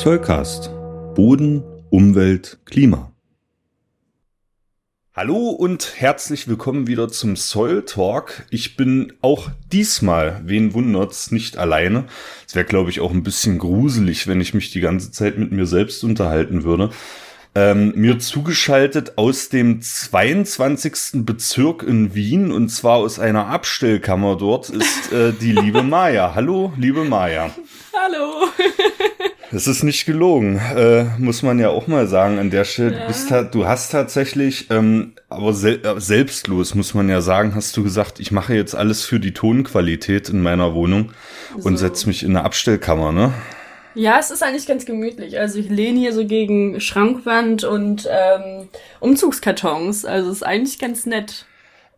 Zollcast. Boden, Umwelt, Klima. Hallo und herzlich willkommen wieder zum Soil Talk. Ich bin auch diesmal, wen wundert's, nicht alleine. Es wäre, glaube ich, auch ein bisschen gruselig, wenn ich mich die ganze Zeit mit mir selbst unterhalten würde. Mir zugeschaltet aus dem 22. Bezirk in Wien, und zwar aus einer Abstellkammer dort, ist die liebe Maja. Hallo, liebe Maja. Hallo. Das ist nicht gelogen, muss man ja auch mal sagen an der Stelle. Ja. Du hast tatsächlich, aber selbstlos, muss man ja sagen, hast du gesagt, ich mache jetzt alles für die Tonqualität in meiner Wohnung und setze mich in eine Abstellkammer, ne? Ja, es ist eigentlich ganz gemütlich. Also ich lehne hier so gegen Schrankwand und Umzugskartons. Also es ist eigentlich ganz nett.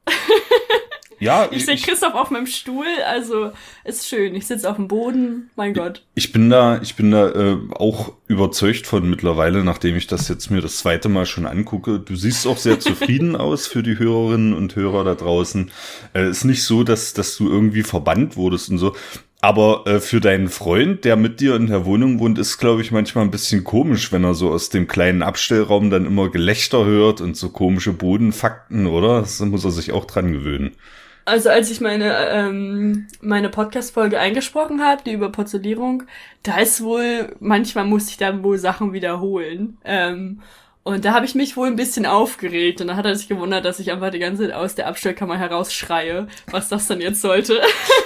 Ja, ich sehe Christoph auf meinem Stuhl, also ist schön. Ich sitze auf dem Boden, mein Gott. Ich bin da auch überzeugt von mittlerweile, nachdem ich das jetzt mir das zweite Mal schon angucke. Du siehst auch sehr zufrieden aus für die Hörerinnen und Hörer da draußen. Ist nicht so, dass du irgendwie verbannt wurdest und so. Aber für deinen Freund, der mit dir in der Wohnung wohnt, ist, glaube ich, manchmal ein bisschen komisch, wenn er so aus dem kleinen Abstellraum dann immer Gelächter hört und so komische Bodenfakten, oder? Das muss er sich auch dran gewöhnen. Also als ich meine Podcast-Folge eingesprochen habe, die über Porzellierung, da ist wohl, manchmal musste ich dann wohl Sachen wiederholen. Und da habe ich mich wohl ein bisschen aufgeregt und da hat er sich gewundert, dass ich einfach die ganze Zeit aus der Abstellkammer herausschreie, was das dann jetzt sollte.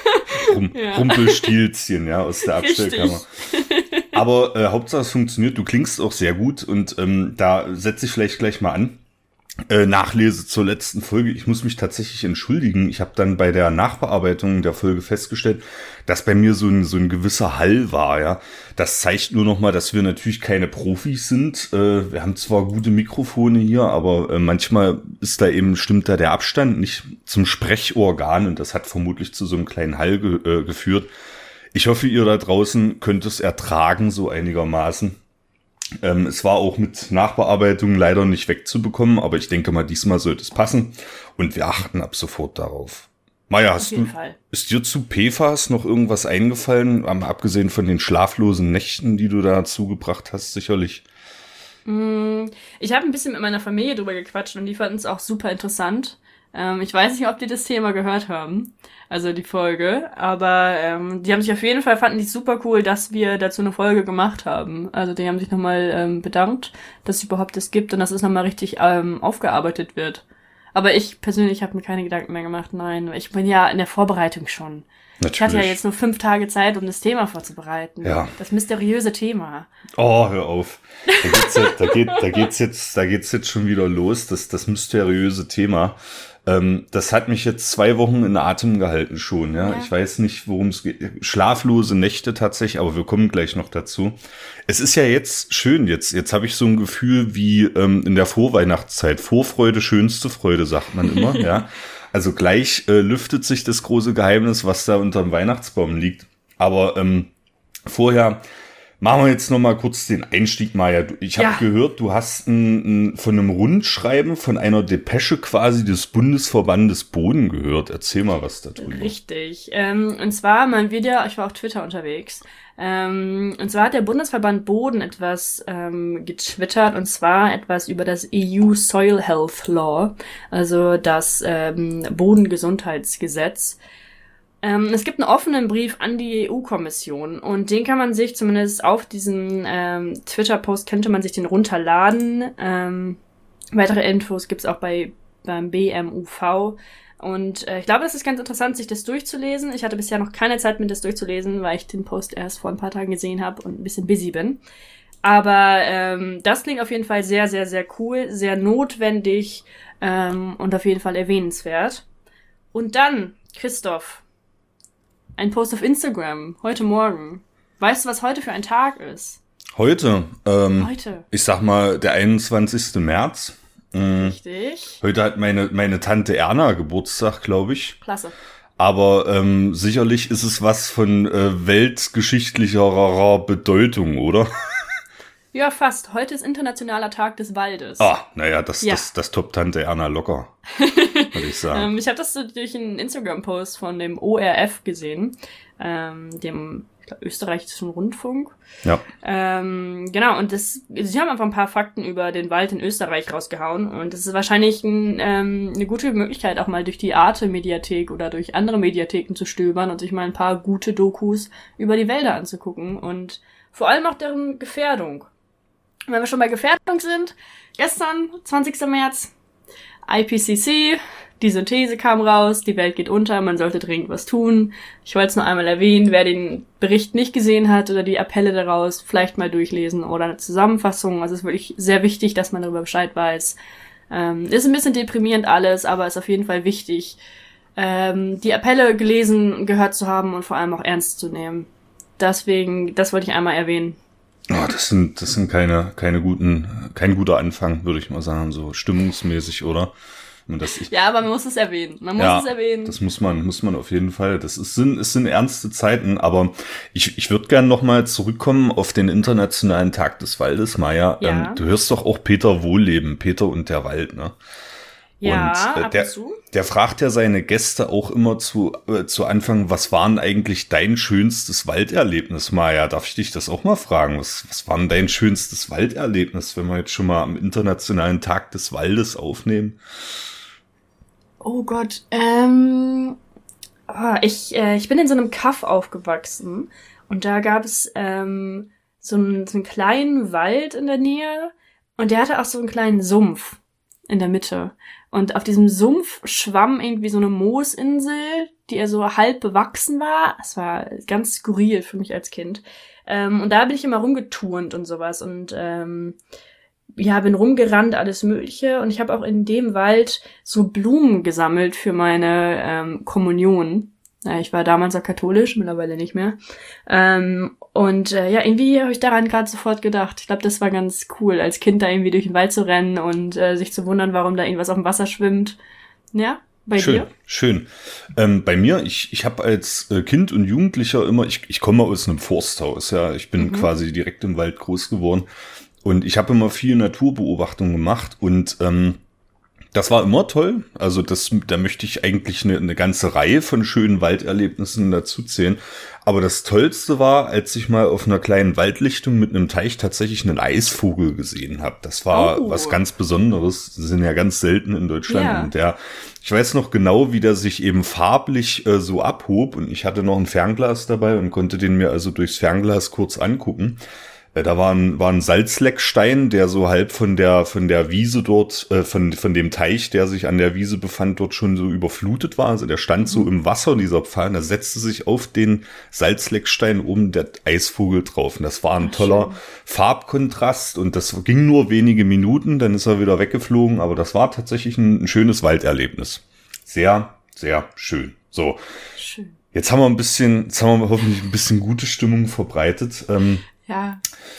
Rumpelstilzchen, ja, aus der Abstellkammer. Richtig. Aber Hauptsache es funktioniert, du klingst auch sehr gut und da setze ich vielleicht gleich mal an. Nachlese zur letzten Folge. Ich muss mich tatsächlich entschuldigen. Ich habe dann bei der Nachbearbeitung der Folge festgestellt, dass bei mir so ein gewisser Hall war. Ja, das zeigt nur noch mal, dass wir natürlich keine Profis sind. Wir haben zwar gute Mikrofone hier, aber manchmal stimmt da der Abstand nicht zum Sprechorgan und das hat vermutlich zu so einem kleinen Hall geführt. Ich hoffe, ihr da draußen könnt es ertragen, so einigermaßen. Es war auch mit Nachbearbeitung leider nicht wegzubekommen, aber ich denke mal, diesmal sollte es passen und wir achten ab sofort darauf. Maja, ist dir zu PFAS noch irgendwas eingefallen, abgesehen von den schlaflosen Nächten, die du da zugebracht hast, sicherlich? Ich habe ein bisschen mit meiner Familie drüber gequatscht und die fanden es auch super interessant. Ich weiß nicht, ob die das Thema gehört haben, also die Folge, aber die haben sich auf jeden Fall, fanden die super cool, dass wir dazu eine Folge gemacht haben. Also die haben sich nochmal bedankt, dass es überhaupt das gibt und dass es nochmal richtig aufgearbeitet wird. Aber ich persönlich habe mir keine Gedanken mehr gemacht, nein, ich bin ja in der Vorbereitung schon. Natürlich. Ich hatte ja jetzt nur 5 Tage Zeit, um das Thema vorzubereiten. Ja. Das mysteriöse Thema. Oh, hör auf. Da geht's jetzt schon wieder los, das mysteriöse Thema. Das hat mich jetzt 2 Wochen in Atem gehalten schon, ja. Ich weiß nicht, worum es geht. Schlaflose Nächte tatsächlich, aber wir kommen gleich noch dazu. Es ist ja jetzt schön, jetzt habe ich so ein Gefühl wie in der Vorweihnachtszeit. Vorfreude, schönste Freude, sagt man immer, ja. Also gleich lüftet sich das große Geheimnis, was da unterm Weihnachtsbaum liegt. Aber vorher machen wir jetzt noch mal kurz den Einstieg, Maja. Ich habe gehört, du hast von einem Rundschreiben, von einer Depesche quasi des Bundesverbandes Boden gehört. Erzähl mal was darüber. Richtig. Und zwar ich war auf Twitter unterwegs. Und zwar hat der Bundesverband Boden etwas getwittert, und zwar etwas über das EU Soil Health Law, also das Bodengesundheitsgesetz. Es gibt einen offenen Brief an die EU-Kommission und den kann man sich zumindest auf diesen Twitter-Post, könnte man sich den runterladen. Weitere Infos gibt's auch beim BMUV. Und ich glaube, es ist ganz interessant, sich das durchzulesen. Ich hatte bisher noch keine Zeit, mir das durchzulesen, weil ich den Post erst vor ein paar Tagen gesehen habe und ein bisschen busy bin. Aber das klingt auf jeden Fall sehr, sehr, sehr cool, sehr notwendig und auf jeden Fall erwähnenswert. Und dann, Christoph, ein Post auf Instagram, heute Morgen. Weißt du, was heute für ein Tag ist? Heute? Ich sag mal, der 21. März. Richtig. Heute hat meine Tante Erna Geburtstag, glaube ich. Klasse. Aber sicherlich ist es was von weltgeschichtlicher Bedeutung, oder? Ja, fast. Heute ist Internationaler Tag des Waldes. Naja, das toppt Tante Erna locker, würde ich sagen. Ich habe das so durch einen Instagram-Post von dem ORF gesehen, dem Ich glaube, österreichischen Rundfunk. Ja. Genau, und sie haben einfach ein paar Fakten über den Wald in Österreich rausgehauen. Und das ist wahrscheinlich eine gute Möglichkeit, auch mal durch die Arte-Mediathek oder durch andere Mediatheken zu stöbern und sich mal ein paar gute Dokus über die Wälder anzugucken. Und vor allem auch deren Gefährdung. Wenn wir schon bei Gefährdung sind, gestern, 20. März, IPCC, die Synthese kam raus, die Welt geht unter, man sollte dringend was tun. Ich wollte es nur einmal erwähnen, wer den Bericht nicht gesehen hat oder die Appelle daraus, vielleicht mal durchlesen oder eine Zusammenfassung. Also es ist wirklich sehr wichtig, dass man darüber Bescheid weiß. Ist ein bisschen deprimierend alles, aber ist auf jeden Fall wichtig, die Appelle gelesen und gehört zu haben und vor allem auch ernst zu nehmen. Deswegen, das wollte ich einmal erwähnen. Oh, das sind kein guter Anfang, würde ich mal sagen, so stimmungsmäßig, oder? Ja, aber man muss es erwähnen. Das muss man auf jeden Fall. Es sind ernste Zeiten, aber ich würde gerne nochmal zurückkommen auf den Internationalen Tag des Waldes, Maja. Ja. Du hörst doch auch Peter Wohlleben, Peter und der Wald, ne? Ja, und der fragt ja seine Gäste auch immer zu Anfang, was war denn eigentlich dein schönstes Walderlebnis, Maja? Darf ich dich das auch mal fragen? Was war denn dein schönstes Walderlebnis, wenn wir jetzt schon mal am Internationalen Tag des Waldes aufnehmen? Oh Gott, ich bin in so einem Kaff aufgewachsen und da gab es so einen kleinen Wald in der Nähe und der hatte auch so einen kleinen Sumpf in der Mitte. Und auf diesem Sumpf schwamm irgendwie so eine Moosinsel, die ja so halb bewachsen war. Es war ganz skurril für mich als Kind. Und da bin ich immer rumgeturnt und sowas und bin rumgerannt, alles Mögliche. Und ich habe auch in dem Wald so Blumen gesammelt für meine Kommunion. Ich war damals auch katholisch, mittlerweile nicht mehr. Irgendwie habe ich daran gerade sofort gedacht. Ich glaube, das war ganz cool, als Kind da irgendwie durch den Wald zu rennen und sich zu wundern, warum da irgendwas auf dem Wasser schwimmt. Ja, bei dir? Schön. Bei mir, ich habe als Kind und Jugendlicher immer, ich komme aus einem Forsthaus, ja. Ich bin quasi direkt im Wald groß geworden. Und ich habe immer viel Naturbeobachtung gemacht und das war immer toll. Also da möchte ich eigentlich eine ganze Reihe von schönen Walderlebnissen dazu zählen. Aber das Tollste war, als ich mal auf einer kleinen Waldlichtung mit einem Teich tatsächlich einen Eisvogel gesehen habe. Das war was ganz Besonderes. Die sind ja ganz selten in Deutschland. Ja. Und ich weiß noch genau, wie der sich eben farblich so abhob. Und ich hatte noch ein Fernglas dabei und konnte den mir also durchs Fernglas kurz angucken. Da war ein Salzleckstein, der so halb von der Wiese dort, von dem Teich, der sich an der Wiese befand, dort schon so überflutet war. Also der stand so im Wasser, dieser Pfahl, und da setzte sich auf den Salzleckstein oben der Eisvogel drauf. Und das war ein toller Farbkontrast und das ging nur wenige Minuten, dann ist er wieder weggeflogen. Aber das war tatsächlich ein schönes Walderlebnis. Sehr, sehr schön. So. Schön. Jetzt haben wir hoffentlich ein bisschen gute Stimmung verbreitet. Ja.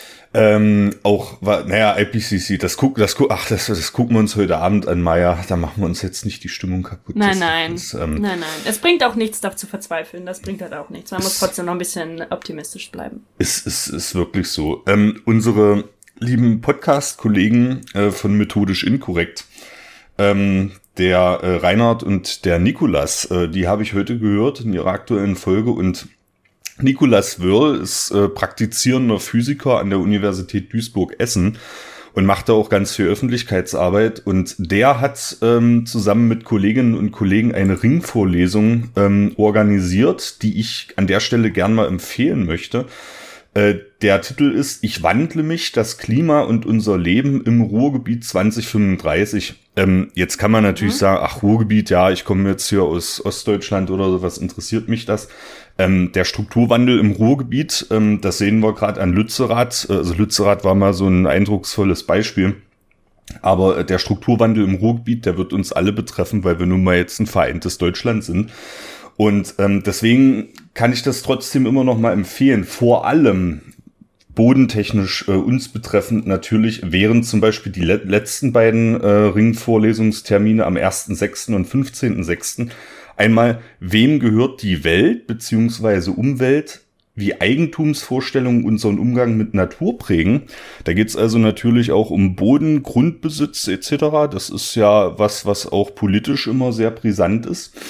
IPCC, das gucken wir uns heute Abend an, Maja. Da machen wir uns jetzt nicht die Stimmung kaputt. Nein. Nein. Es bringt auch nichts, da zu verzweifeln. Das bringt halt auch nichts. Man muss trotzdem noch ein bisschen optimistisch bleiben. Ist wirklich so. Unsere lieben Podcast-Kollegen von Methodisch Inkorrekt, der Reinhard und der Nikolas, die habe ich heute gehört in ihrer aktuellen Folge und Nicolas Wörl ist praktizierender Physiker an der Universität Duisburg-Essen und macht da auch ganz viel Öffentlichkeitsarbeit. Und der hat zusammen mit Kolleginnen und Kollegen eine Ringvorlesung organisiert, die ich an der Stelle gern mal empfehlen möchte. Der Titel ist Ich wandle mich, das Klima und unser Leben im Ruhrgebiet 2035. Jetzt kann man natürlich sagen, ach Ruhrgebiet, ja, ich komme jetzt hier aus Ostdeutschland oder so, was interessiert mich das? Der Strukturwandel im Ruhrgebiet, das sehen wir gerade an Lützerath. Also Lützerath war mal so ein eindrucksvolles Beispiel. Aber der Strukturwandel im Ruhrgebiet, der wird uns alle betreffen, weil wir nun mal jetzt ein vereintes Deutschland sind. Und deswegen kann ich das trotzdem immer noch mal empfehlen. Vor allem bodentechnisch uns betreffend natürlich wären zum Beispiel die letzten beiden Ringvorlesungstermine am 1.6. und 15.6. Einmal, wem gehört die Welt bzw. Umwelt, wie Eigentumsvorstellungen unseren Umgang mit Natur prägen. Da geht's also natürlich auch um Boden, Grundbesitz etc. Das ist ja was auch politisch immer sehr brisant ist.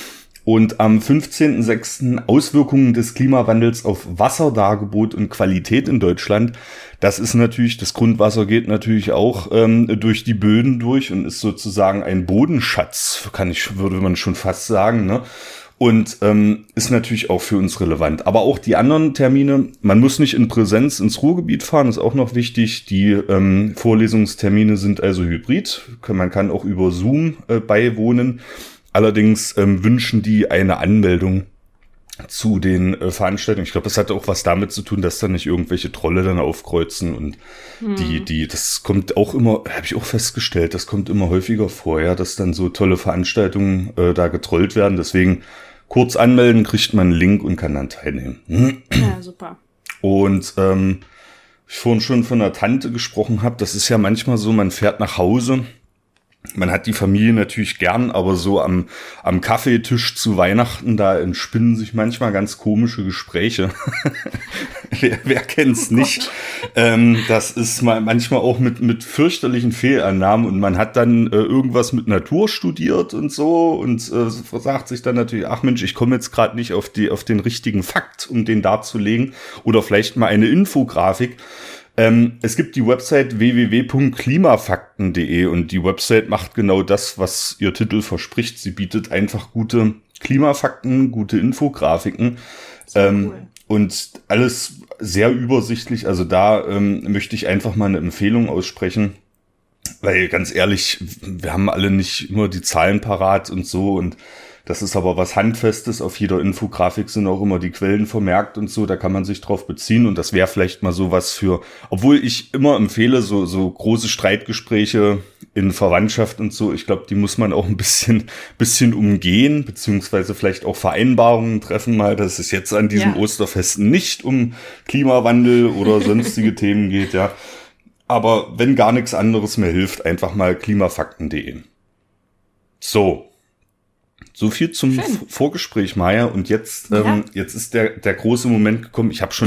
Und am 15.06. Auswirkungen des Klimawandels auf Wasserdargebot und Qualität in Deutschland. Das ist natürlich, das Grundwasser geht natürlich auch durch die Böden durch und ist sozusagen ein Bodenschatz, würde man schon fast sagen, ne? Und ist natürlich auch für uns relevant. Aber auch die anderen Termine, man muss nicht in Präsenz ins Ruhrgebiet fahren, ist auch noch wichtig. Die Vorlesungstermine sind also hybrid. Man kann auch über Zoom beiwohnen. Allerdings wünschen die eine Anmeldung zu den Veranstaltungen. Ich glaube, das hat auch was damit zu tun, dass da nicht irgendwelche Trolle dann aufkreuzen und das kommt auch immer, habe ich auch festgestellt, das kommt immer häufiger vor, ja, dass dann so tolle Veranstaltungen da getrollt werden. Deswegen kurz anmelden, kriegt man einen Link und kann dann teilnehmen. Ja, super. Und ich vorhin schon von einer Tante gesprochen habe, das ist ja manchmal so, man fährt nach Hause. Man hat die Familie natürlich gern, aber so am Kaffeetisch zu Weihnachten, da entspinnen sich manchmal ganz komische Gespräche. wer kennt's nicht? Das ist manchmal auch mit fürchterlichen Fehlannahmen und man hat dann irgendwas mit Natur studiert und so und sagt sich dann natürlich, ach Mensch, ich komme jetzt gerade nicht auf den richtigen Fakt, um den darzulegen oder vielleicht mal eine Infografik. Es gibt die Website www.klimafakten.de und die Website macht genau das, was ihr Titel verspricht. Sie bietet einfach gute Klimafakten, gute Infografiken cool. Und alles sehr übersichtlich. Also da möchte ich einfach mal eine Empfehlung aussprechen, weil ganz ehrlich, wir haben alle nicht immer die Zahlen parat und so und das ist aber was Handfestes. Auf jeder Infografik sind auch immer die Quellen vermerkt und so. Da kann man sich drauf beziehen. Und das wäre vielleicht mal sowas für, obwohl ich immer empfehle, so große Streitgespräche in Verwandtschaft und so. Ich glaube, die muss man auch ein bisschen umgehen, beziehungsweise vielleicht auch Vereinbarungen treffen mal, dass es jetzt an diesem Osterfest nicht um Klimawandel oder sonstige Themen geht, ja. Aber wenn gar nichts anderes mehr hilft, einfach mal klimafakten.de. So viel zum Vorgespräch, Maja. Und jetzt ist der große Moment gekommen. Ich habe schon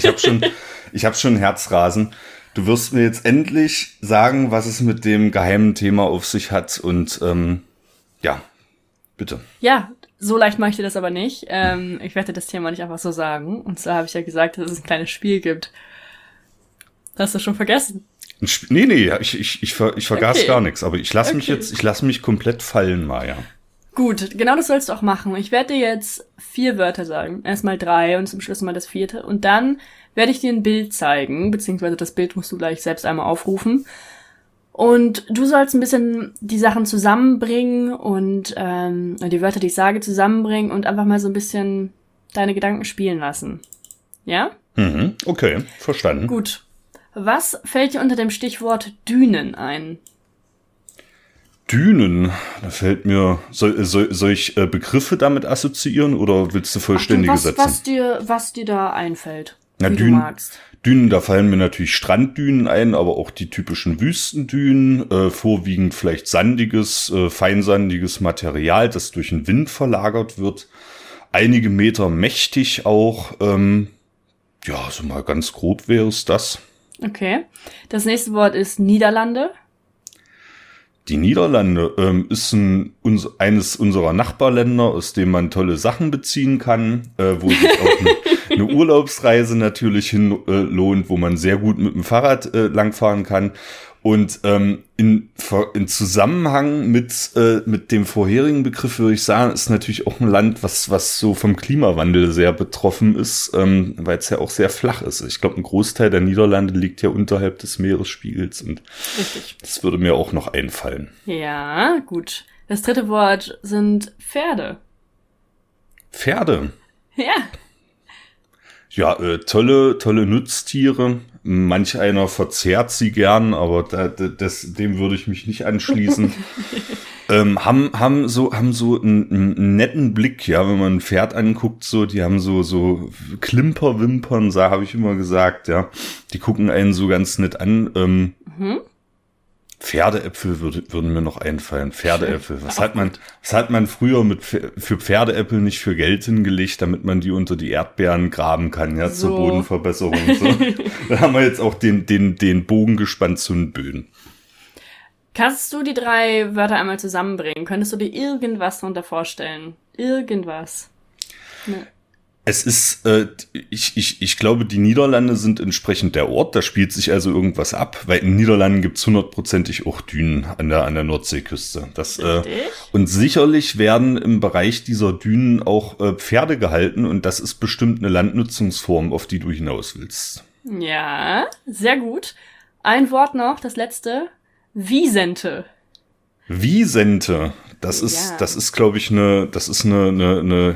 Herzrasen. Du wirst mir jetzt endlich sagen, was es mit dem geheimen Thema auf sich hat. Und bitte. Ja, so leicht mache ich dir das aber nicht. Ich werde das Thema nicht einfach so sagen. Und zwar habe ich ja gesagt, dass es ein kleines Spiel gibt. Hast du schon vergessen? Nee, ich vergaß gar nichts. Aber ich lasse mich komplett fallen, Maja. Gut, genau das sollst du auch machen. Ich werde dir jetzt 4 Wörter sagen. Erstmal 3 und zum Schluss mal das 4. Und dann werde ich dir ein Bild zeigen, beziehungsweise das Bild musst du gleich selbst einmal aufrufen. Und du sollst ein bisschen die Sachen zusammenbringen und die Wörter, die ich sage, zusammenbringen und einfach mal so ein bisschen deine Gedanken spielen lassen. Ja? Okay, verstanden. Gut. Was fällt dir unter dem Stichwort Dünen ein? Dünen, da fällt mir, soll ich Begriffe damit assoziieren oder willst du vollständige Sätze? Was dir da einfällt, wie du magst. Dünen, da fallen mir natürlich Stranddünen ein, aber auch die typischen Wüstendünen, vorwiegend vielleicht sandiges, feinsandiges Material, das durch den Wind verlagert wird. Einige Meter mächtig auch, so mal ganz grob wäre es das. Okay, das nächste Wort ist Niederlande. Die Niederlande ist eines unserer Nachbarländer, aus dem man tolle Sachen beziehen kann, wo sich auch eine Urlaubsreise natürlich hin lohnt, wo man sehr gut mit dem Fahrrad langfahren kann. Und in Zusammenhang mit dem vorherigen Begriff würde ich sagen, ist natürlich auch ein Land, was so vom Klimawandel sehr betroffen ist, weil es ja auch sehr flach ist. Ich glaube, ein Großteil der Niederlande liegt ja unterhalb des Meeresspiegels und richtig. Das würde mir auch noch einfallen. Ja, gut. Das 3. Wort sind Pferde. Pferde? Ja. Ja, tolle Nutztiere. Manch einer verzehrt sie gern, aber dem würde ich mich nicht anschließen. Haben so einen netten Blick, ja, wenn man ein Pferd anguckt, so, die haben so Klimperwimpern, habe ich immer gesagt, ja. Die gucken einen so ganz nett an. Pferdeäpfel würden mir noch einfallen. Pferdeäpfel. Was hat man früher für Pferdeäpfel nicht für Geld hingelegt, damit man die unter die Erdbeeren graben kann, ja, zur Bodenverbesserung. So. Da haben wir jetzt auch den Bogen gespannt zu den Böden. Kannst du die 3 Wörter einmal zusammenbringen? Könntest du dir irgendwas darunter vorstellen? irgendwas. Ne. Es ist, ich glaube, die Niederlande sind entsprechend der Ort, da spielt sich also irgendwas ab, weil in den Niederlanden gibt's 100%ig auch Dünen an der Nordseeküste. Und sicherlich werden im Bereich dieser Dünen auch Pferde gehalten und das ist bestimmt eine Landnutzungsform, auf die du hinaus willst. Ja, sehr gut. Ein Wort noch, das letzte. Wiesente. Wiesente. Das ist, glaube ich, das ist eine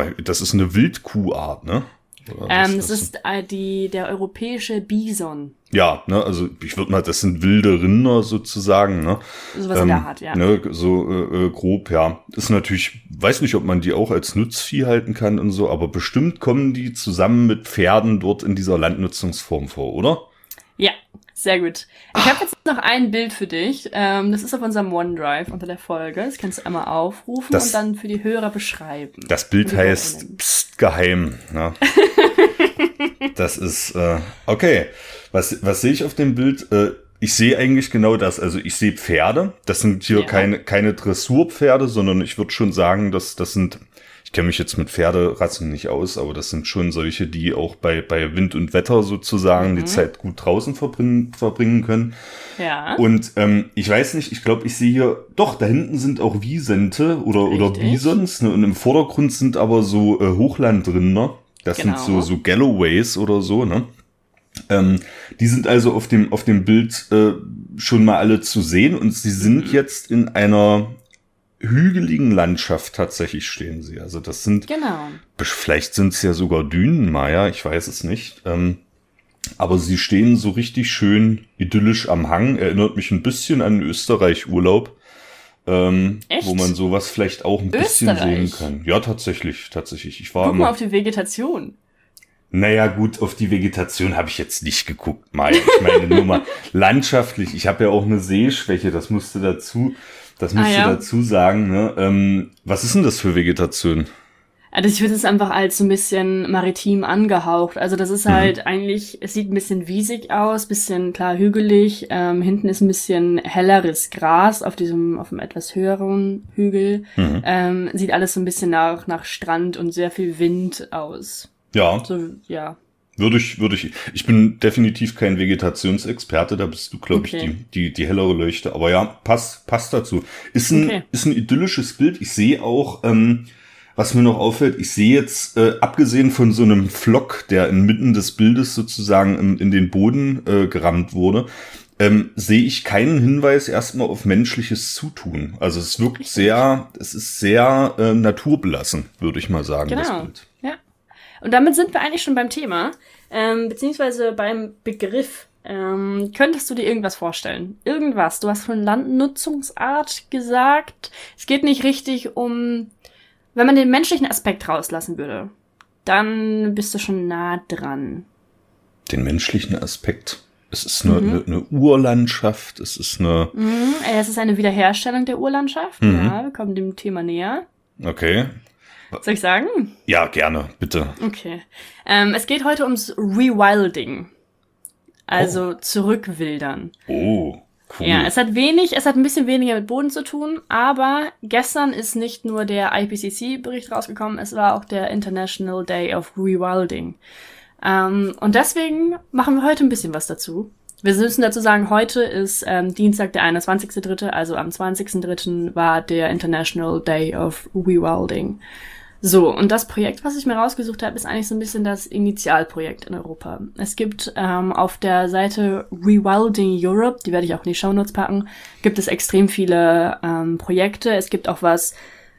Wildkuhart, ne? Das ist der europäische Bison. Ja, ne, also ich würde mal, das sind wilde Rinder sozusagen, ne? Sowas in der Art, ja. Ne, so grob, ja. Ist natürlich, weiß nicht, ob man die auch als Nutzvieh halten kann und so, aber bestimmt kommen die zusammen mit Pferden dort in dieser Landnutzungsform vor, oder? Ja, sehr gut. Ich habe jetzt noch ein Bild für dich. Das ist auf unserem OneDrive unter der Folge. Das kannst du einmal aufrufen und dann für die Hörer beschreiben. Das Bild heißt Psst, geheim. Ja. Das ist, okay. Was sehe ich auf dem Bild? Ich sehe eigentlich genau das. Also ich sehe Pferde. Das sind hier keine Dressurpferde, sondern ich würde schon sagen, das sind... Ich kenne mich jetzt mit Pferderassen nicht aus, aber das sind schon solche, die auch bei Wind und Wetter sozusagen die Zeit gut draußen verbringen können. Ja. Und ich weiß nicht, ich glaube, ich sehe hier, doch, da hinten sind auch Wiesente oder Bisons, ne? Und im Vordergrund sind aber so Hochlandrinder. Das sind so Galloways oder so, ne? Die sind also auf dem Bild schon mal alle zu sehen und sie sind jetzt in einer hügeligen Landschaft tatsächlich stehen sie. Also das sind, vielleicht sind es ja sogar Dünen, Maya, ich weiß es nicht. Aber sie stehen so richtig schön idyllisch am Hang. Erinnert mich ein bisschen an Österreich-Urlaub, wo man sowas vielleicht auch ein bisschen sehen kann. Ja, tatsächlich. Guck mal auf die Vegetation. Naja, gut, auf die Vegetation habe ich jetzt nicht geguckt, Maya. Ich meine nur mal landschaftlich. Ich habe ja auch eine Sehschwäche, das musste dazu sagen, ne? Was ist denn das für Vegetation? Also ich würde es einfach als so ein bisschen maritim angehaucht. Also das ist halt eigentlich, es sieht ein bisschen wiesig aus, bisschen klar hügelig. Hinten ist ein bisschen helleres Gras auf dem etwas höheren Hügel. Sieht alles so ein bisschen nach Strand und sehr viel Wind aus. Ja. So, ja. Würde ich bin definitiv kein Vegetationsexperte, da bist du, glaube ich, die hellere Leuchte. Aber ja, passt dazu. Ist ein idyllisches Bild. Ich sehe auch, was mir noch auffällt, ich sehe jetzt, abgesehen von so einem Flock, der inmitten des Bildes sozusagen in den Boden gerammt wurde, sehe ich keinen Hinweis erstmal auf menschliches Zutun. Also es wirkt es ist sehr naturbelassen, würde ich mal sagen, das Bild. Ja. Und damit sind wir eigentlich schon beim Thema, beziehungsweise beim Begriff. Könntest du dir irgendwas vorstellen? Irgendwas. Du hast von Landnutzungsart gesagt. Es geht nicht richtig um, wenn man den menschlichen Aspekt rauslassen würde, dann bist du schon nah dran. Den menschlichen Aspekt? Es ist eine Urlandschaft, es ist eine Wiederherstellung der Urlandschaft. Ja, wir kommen dem Thema näher. Okay. Soll ich sagen? Ja, gerne, bitte. Okay. Es geht heute ums Rewilding. Also zurückwildern. Oh, cool. Ja, es hat ein bisschen weniger mit Boden zu tun, aber gestern ist nicht nur der IPCC-Bericht rausgekommen, es war auch der International Day of Rewilding. Und deswegen machen wir heute ein bisschen was dazu. Wir müssen dazu sagen, heute ist Dienstag, der 21.3., also am 20.3. war der International Day of Rewilding. So, und das Projekt, was ich mir rausgesucht habe, ist eigentlich so ein bisschen das Initialprojekt in Europa. Es gibt auf der Seite Rewilding Europe, die werde ich auch in die Shownotes packen, gibt es extrem viele Projekte. Es gibt auch was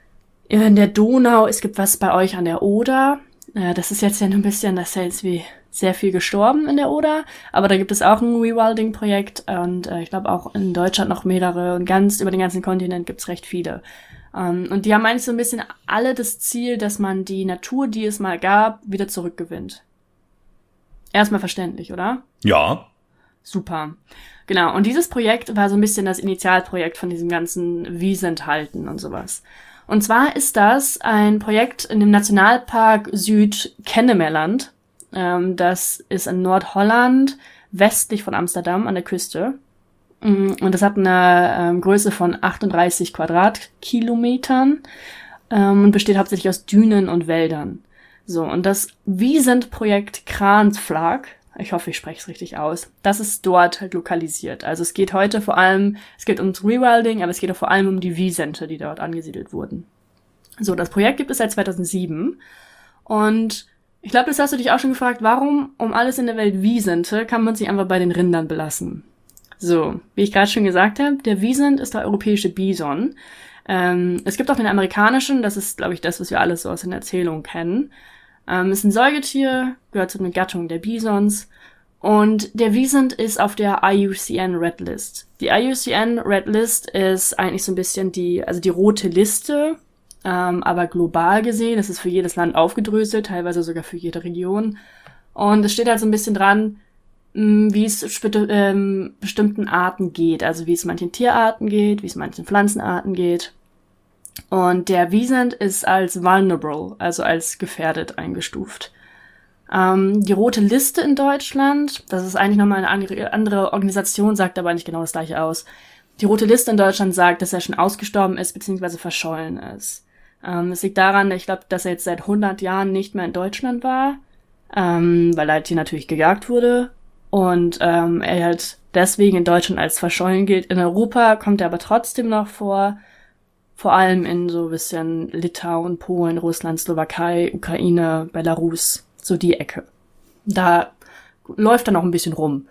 in der Donau, es gibt was bei euch an der Oder. Das ist jetzt ja nur ein bisschen, das ist ja jetzt wie sehr viel gestorben in der Oder, aber da gibt es auch ein Rewilding-Projekt und ich glaube auch in Deutschland noch mehrere und über den ganzen Kontinent gibt es recht viele. Und die haben eigentlich so ein bisschen alle das Ziel, dass man die Natur, die es mal gab, wieder zurückgewinnt. Erstmal verständlich, oder? Ja. Super. Genau, und dieses Projekt war so ein bisschen das Initialprojekt von diesem ganzen Wiesenthalten und sowas. Und zwar ist das ein Projekt in dem Nationalpark Zuid-Kennemerland. Das ist in Nordholland, westlich von Amsterdam an der Küste. Und das hat eine Größe von 38 Quadratkilometern. und besteht hauptsächlich aus Dünen und Wäldern. So, und das Wiesent-Projekt Kransflag, ich hoffe, ich spreche es richtig aus, das ist dort halt lokalisiert. Also es geht heute vor allem, es geht ums Rewilding, aber es geht auch vor allem um die Wiesente, die dort angesiedelt wurden. So, das Projekt gibt es seit 2007 und ich glaube, das hast du dich auch schon gefragt, warum um alles in der Welt Wiesente kann man sich einfach bei den Rindern belassen? So, wie ich gerade schon gesagt habe, der Wiesent ist der europäische Bison. Es gibt auch den amerikanischen, das ist, glaube ich, das, was wir alles so aus den Erzählungen kennen. Ist ein Säugetier, gehört zu einer Gattung der Bisons. Und der Wiesent ist auf der IUCN Red List. Die IUCN Red List ist eigentlich so ein bisschen die rote Liste, aber global gesehen. Das ist für jedes Land aufgedröselt, teilweise sogar für jede Region. Und es steht halt so ein bisschen dran, wie es bestimmten Arten geht. Also wie es manchen Tierarten geht, wie es manchen Pflanzenarten geht. Und der Wiesent ist als vulnerable, also als gefährdet eingestuft. Die rote Liste in Deutschland, das ist eigentlich nochmal eine andere Organisation, sagt aber nicht genau das gleiche aus. Die rote Liste in Deutschland sagt, dass er schon ausgestorben ist bzw. verschollen ist. Es liegt daran, ich glaube, dass er jetzt seit 100 Jahren nicht mehr in Deutschland war, weil er halt hier natürlich gejagt wurde. Und er halt deswegen in Deutschland als verschollen gilt. In Europa kommt er aber trotzdem noch vor allem in so ein bisschen Litauen, Polen, Russland, Slowakei, Ukraine, Belarus, so die Ecke. Da läuft er noch ein bisschen rum.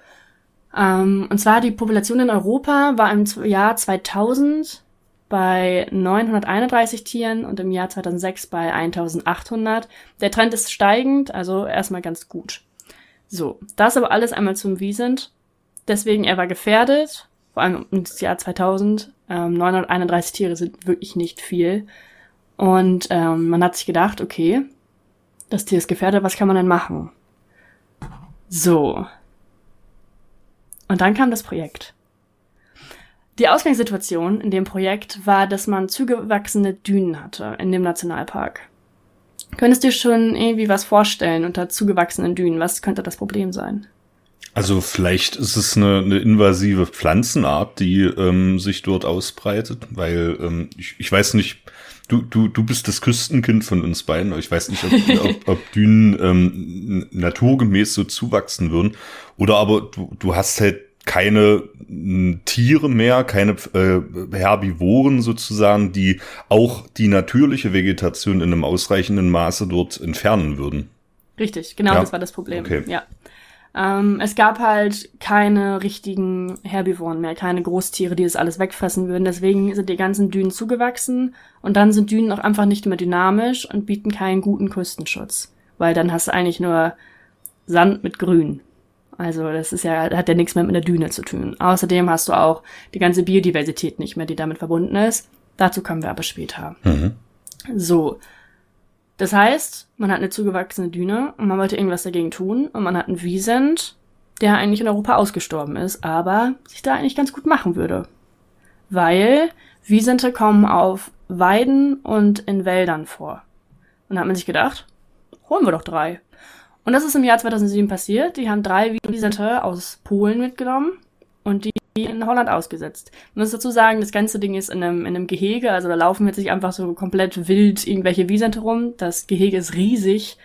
Und zwar die Population in Europa war im Jahr 2000 bei 931 Tieren und im Jahr 2006 bei 1800. Der Trend ist steigend, also erstmal ganz gut. So, das aber alles einmal zum Wiesent. Deswegen, er war gefährdet, vor allem im Jahr 2000. 931 Tiere sind wirklich nicht viel. Und man hat sich gedacht, okay, das Tier ist gefährdet, was kann man denn machen? So. Und dann kam das Projekt. Die Ausgangssituation in dem Projekt war, dass man zugewachsene Dünen hatte in dem Nationalpark. Könntest du dir schon irgendwie was vorstellen unter zugewachsenen Dünen? Was könnte das Problem sein? Also vielleicht ist es eine invasive Pflanzenart, die sich dort ausbreitet, weil ich weiß nicht, du bist das Küstenkind von uns beiden, ich weiß nicht, ob Dünen naturgemäß so zuwachsen würden, oder aber du hast halt keine Tiere mehr, keine Herbivoren sozusagen, die auch die natürliche Vegetation in einem ausreichenden Maße dort entfernen würden. Richtig, genau, ja. Das war das Problem. Okay. Ja. Es gab halt keine richtigen Herbivoren mehr, keine Großtiere, die das alles wegfressen würden. Deswegen sind die ganzen Dünen zugewachsen und dann sind Dünen auch einfach nicht mehr dynamisch und bieten keinen guten Küstenschutz, weil dann hast du eigentlich nur Sand mit Grün. Also das ist ja, hat ja nichts mehr mit einer Düne zu tun. Außerdem hast du auch die ganze Biodiversität nicht mehr, die damit verbunden ist. Dazu kommen wir aber später. Mhm. So. Das heißt, man hat eine zugewachsene Düne und man wollte irgendwas dagegen tun und man hat einen Wiesent, der eigentlich in Europa ausgestorben ist, aber sich da eigentlich ganz gut machen würde. Weil Wiesente kommen auf Weiden und in Wäldern vor. Und da hat man sich gedacht, holen wir doch 3. Und das ist im Jahr 2007 passiert. Die haben 3 Wiesente aus Polen mitgenommen und die in Holland ausgesetzt. Man muss dazu sagen, das ganze Ding ist in einem Gehege, also da laufen jetzt nicht einfach so komplett wild irgendwelche Wiesente rum. Das Gehege ist riesig,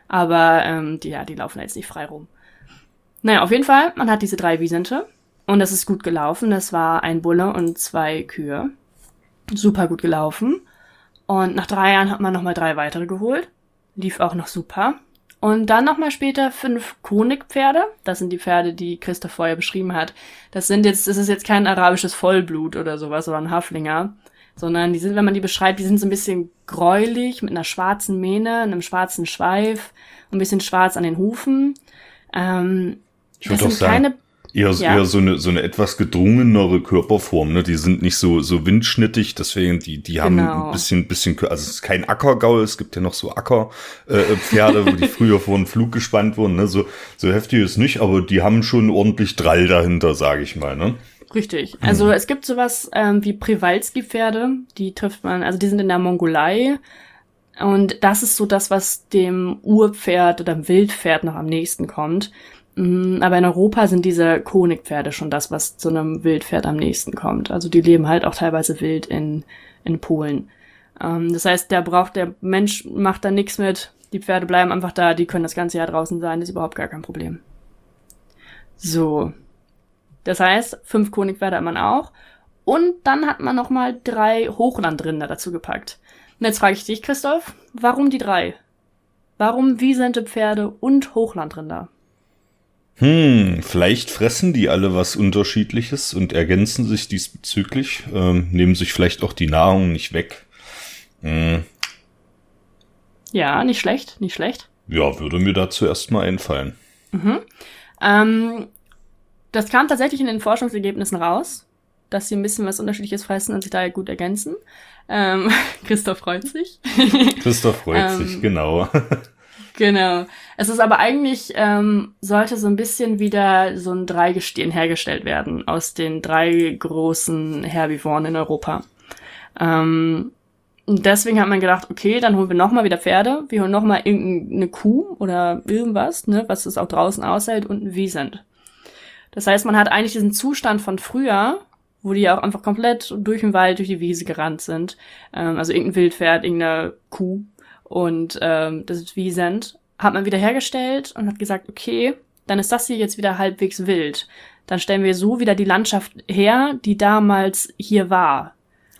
aber die laufen jetzt nicht frei rum. Naja, auf jeden Fall, man hat diese 3 Wiesente und das ist gut gelaufen. Das war ein Bulle und 2 Kühe. Super gut gelaufen. Und nach 3 Jahren hat man nochmal 3 weitere geholt. Lief auch noch super. Und dann nochmal später 5 Konigpferde. Das sind die Pferde, die Christoph vorher beschrieben hat. Das ist jetzt kein arabisches Vollblut oder sowas oder ein Haflinger, sondern die sind, wenn man die beschreibt, die sind so ein bisschen gräulich, mit einer schwarzen Mähne, einem schwarzen Schweif, ein bisschen schwarz an den Hufen. Ich würde auch sagen, eher so eine etwas gedrungenere Körperform, ne? Die sind nicht so windschnittig, deswegen die haben ein bisschen, also es ist kein Ackergaul, es gibt ja noch so Ackerpferde, wo die früher vor den Flug gespannt wurden, ne? So heftig ist nicht, aber die haben schon ordentlich Drall dahinter, sage ich mal, ne? Richtig. Also es gibt sowas wie Przewalski-Pferde, die trifft man, also die sind in der Mongolei. Und das ist so das, was dem Urpferd oder dem Wildpferd noch am nächsten kommt. Aber in Europa sind diese Konigpferde schon das, was zu einem Wildpferd am nächsten kommt. Also die leben halt auch teilweise wild in Polen. Das heißt, der Mensch macht da nichts mit, die Pferde bleiben einfach da, die können das ganze Jahr draußen sein, das ist überhaupt gar kein Problem. So. Das heißt, 5 Honigpferde hat man auch. Und dann hat man nochmal 3 Hochlandrinder dazu gepackt. Und jetzt frage ich dich, Christoph, warum die 3? Warum Wisente Pferde und Hochlandrinder? Vielleicht fressen die alle was Unterschiedliches und ergänzen sich diesbezüglich, nehmen sich vielleicht auch die Nahrung nicht weg. Ja, nicht schlecht. Ja, würde mir dazu erstmal einfallen. Das kam tatsächlich in den Forschungsergebnissen raus, dass sie ein bisschen was Unterschiedliches fressen und sich daher gut ergänzen. Christoph freut sich. Genau. Genau. Es ist aber eigentlich, sollte so ein bisschen wieder so ein Dreigestirn hergestellt werden aus den 3 großen Herbivoren in Europa. Und deswegen hat man gedacht, okay, dann holen wir nochmal wieder Pferde, wir holen nochmal irgendeine Kuh oder irgendwas, ne, was es auch draußen aushält und ein Wisent. Das heißt, man hat eigentlich diesen Zustand von früher, wo die auch einfach komplett durch den Wald, durch die Wiese gerannt sind. Also irgendein Wildpferd, irgendeine Kuh und das Wisent hat man wieder hergestellt und hat gesagt, okay, dann ist das hier jetzt wieder halbwegs wild. Dann stellen wir so wieder die Landschaft her, die damals hier war.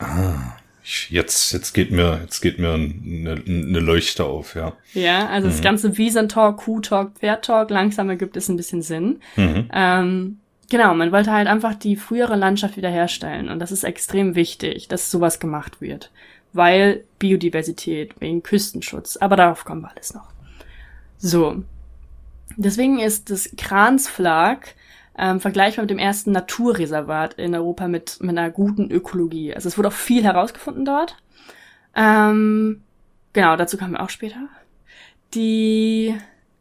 Jetzt geht mir eine Leuchte auf, ja. Ja, also das ganze Wisent-Talk, Kuh-Talk, Pferd-Talk, langsam ergibt es ein bisschen Sinn. Genau, man wollte halt einfach die frühere Landschaft wiederherstellen und das ist extrem wichtig, dass sowas gemacht wird. Weil Biodiversität, wegen Küstenschutz, aber darauf kommen wir alles noch. So, deswegen ist das Kransflag vergleichbar mit dem ersten Naturreservat in Europa mit einer guten Ökologie. Also es wurde auch viel herausgefunden dort. Genau, dazu kommen wir auch später. Die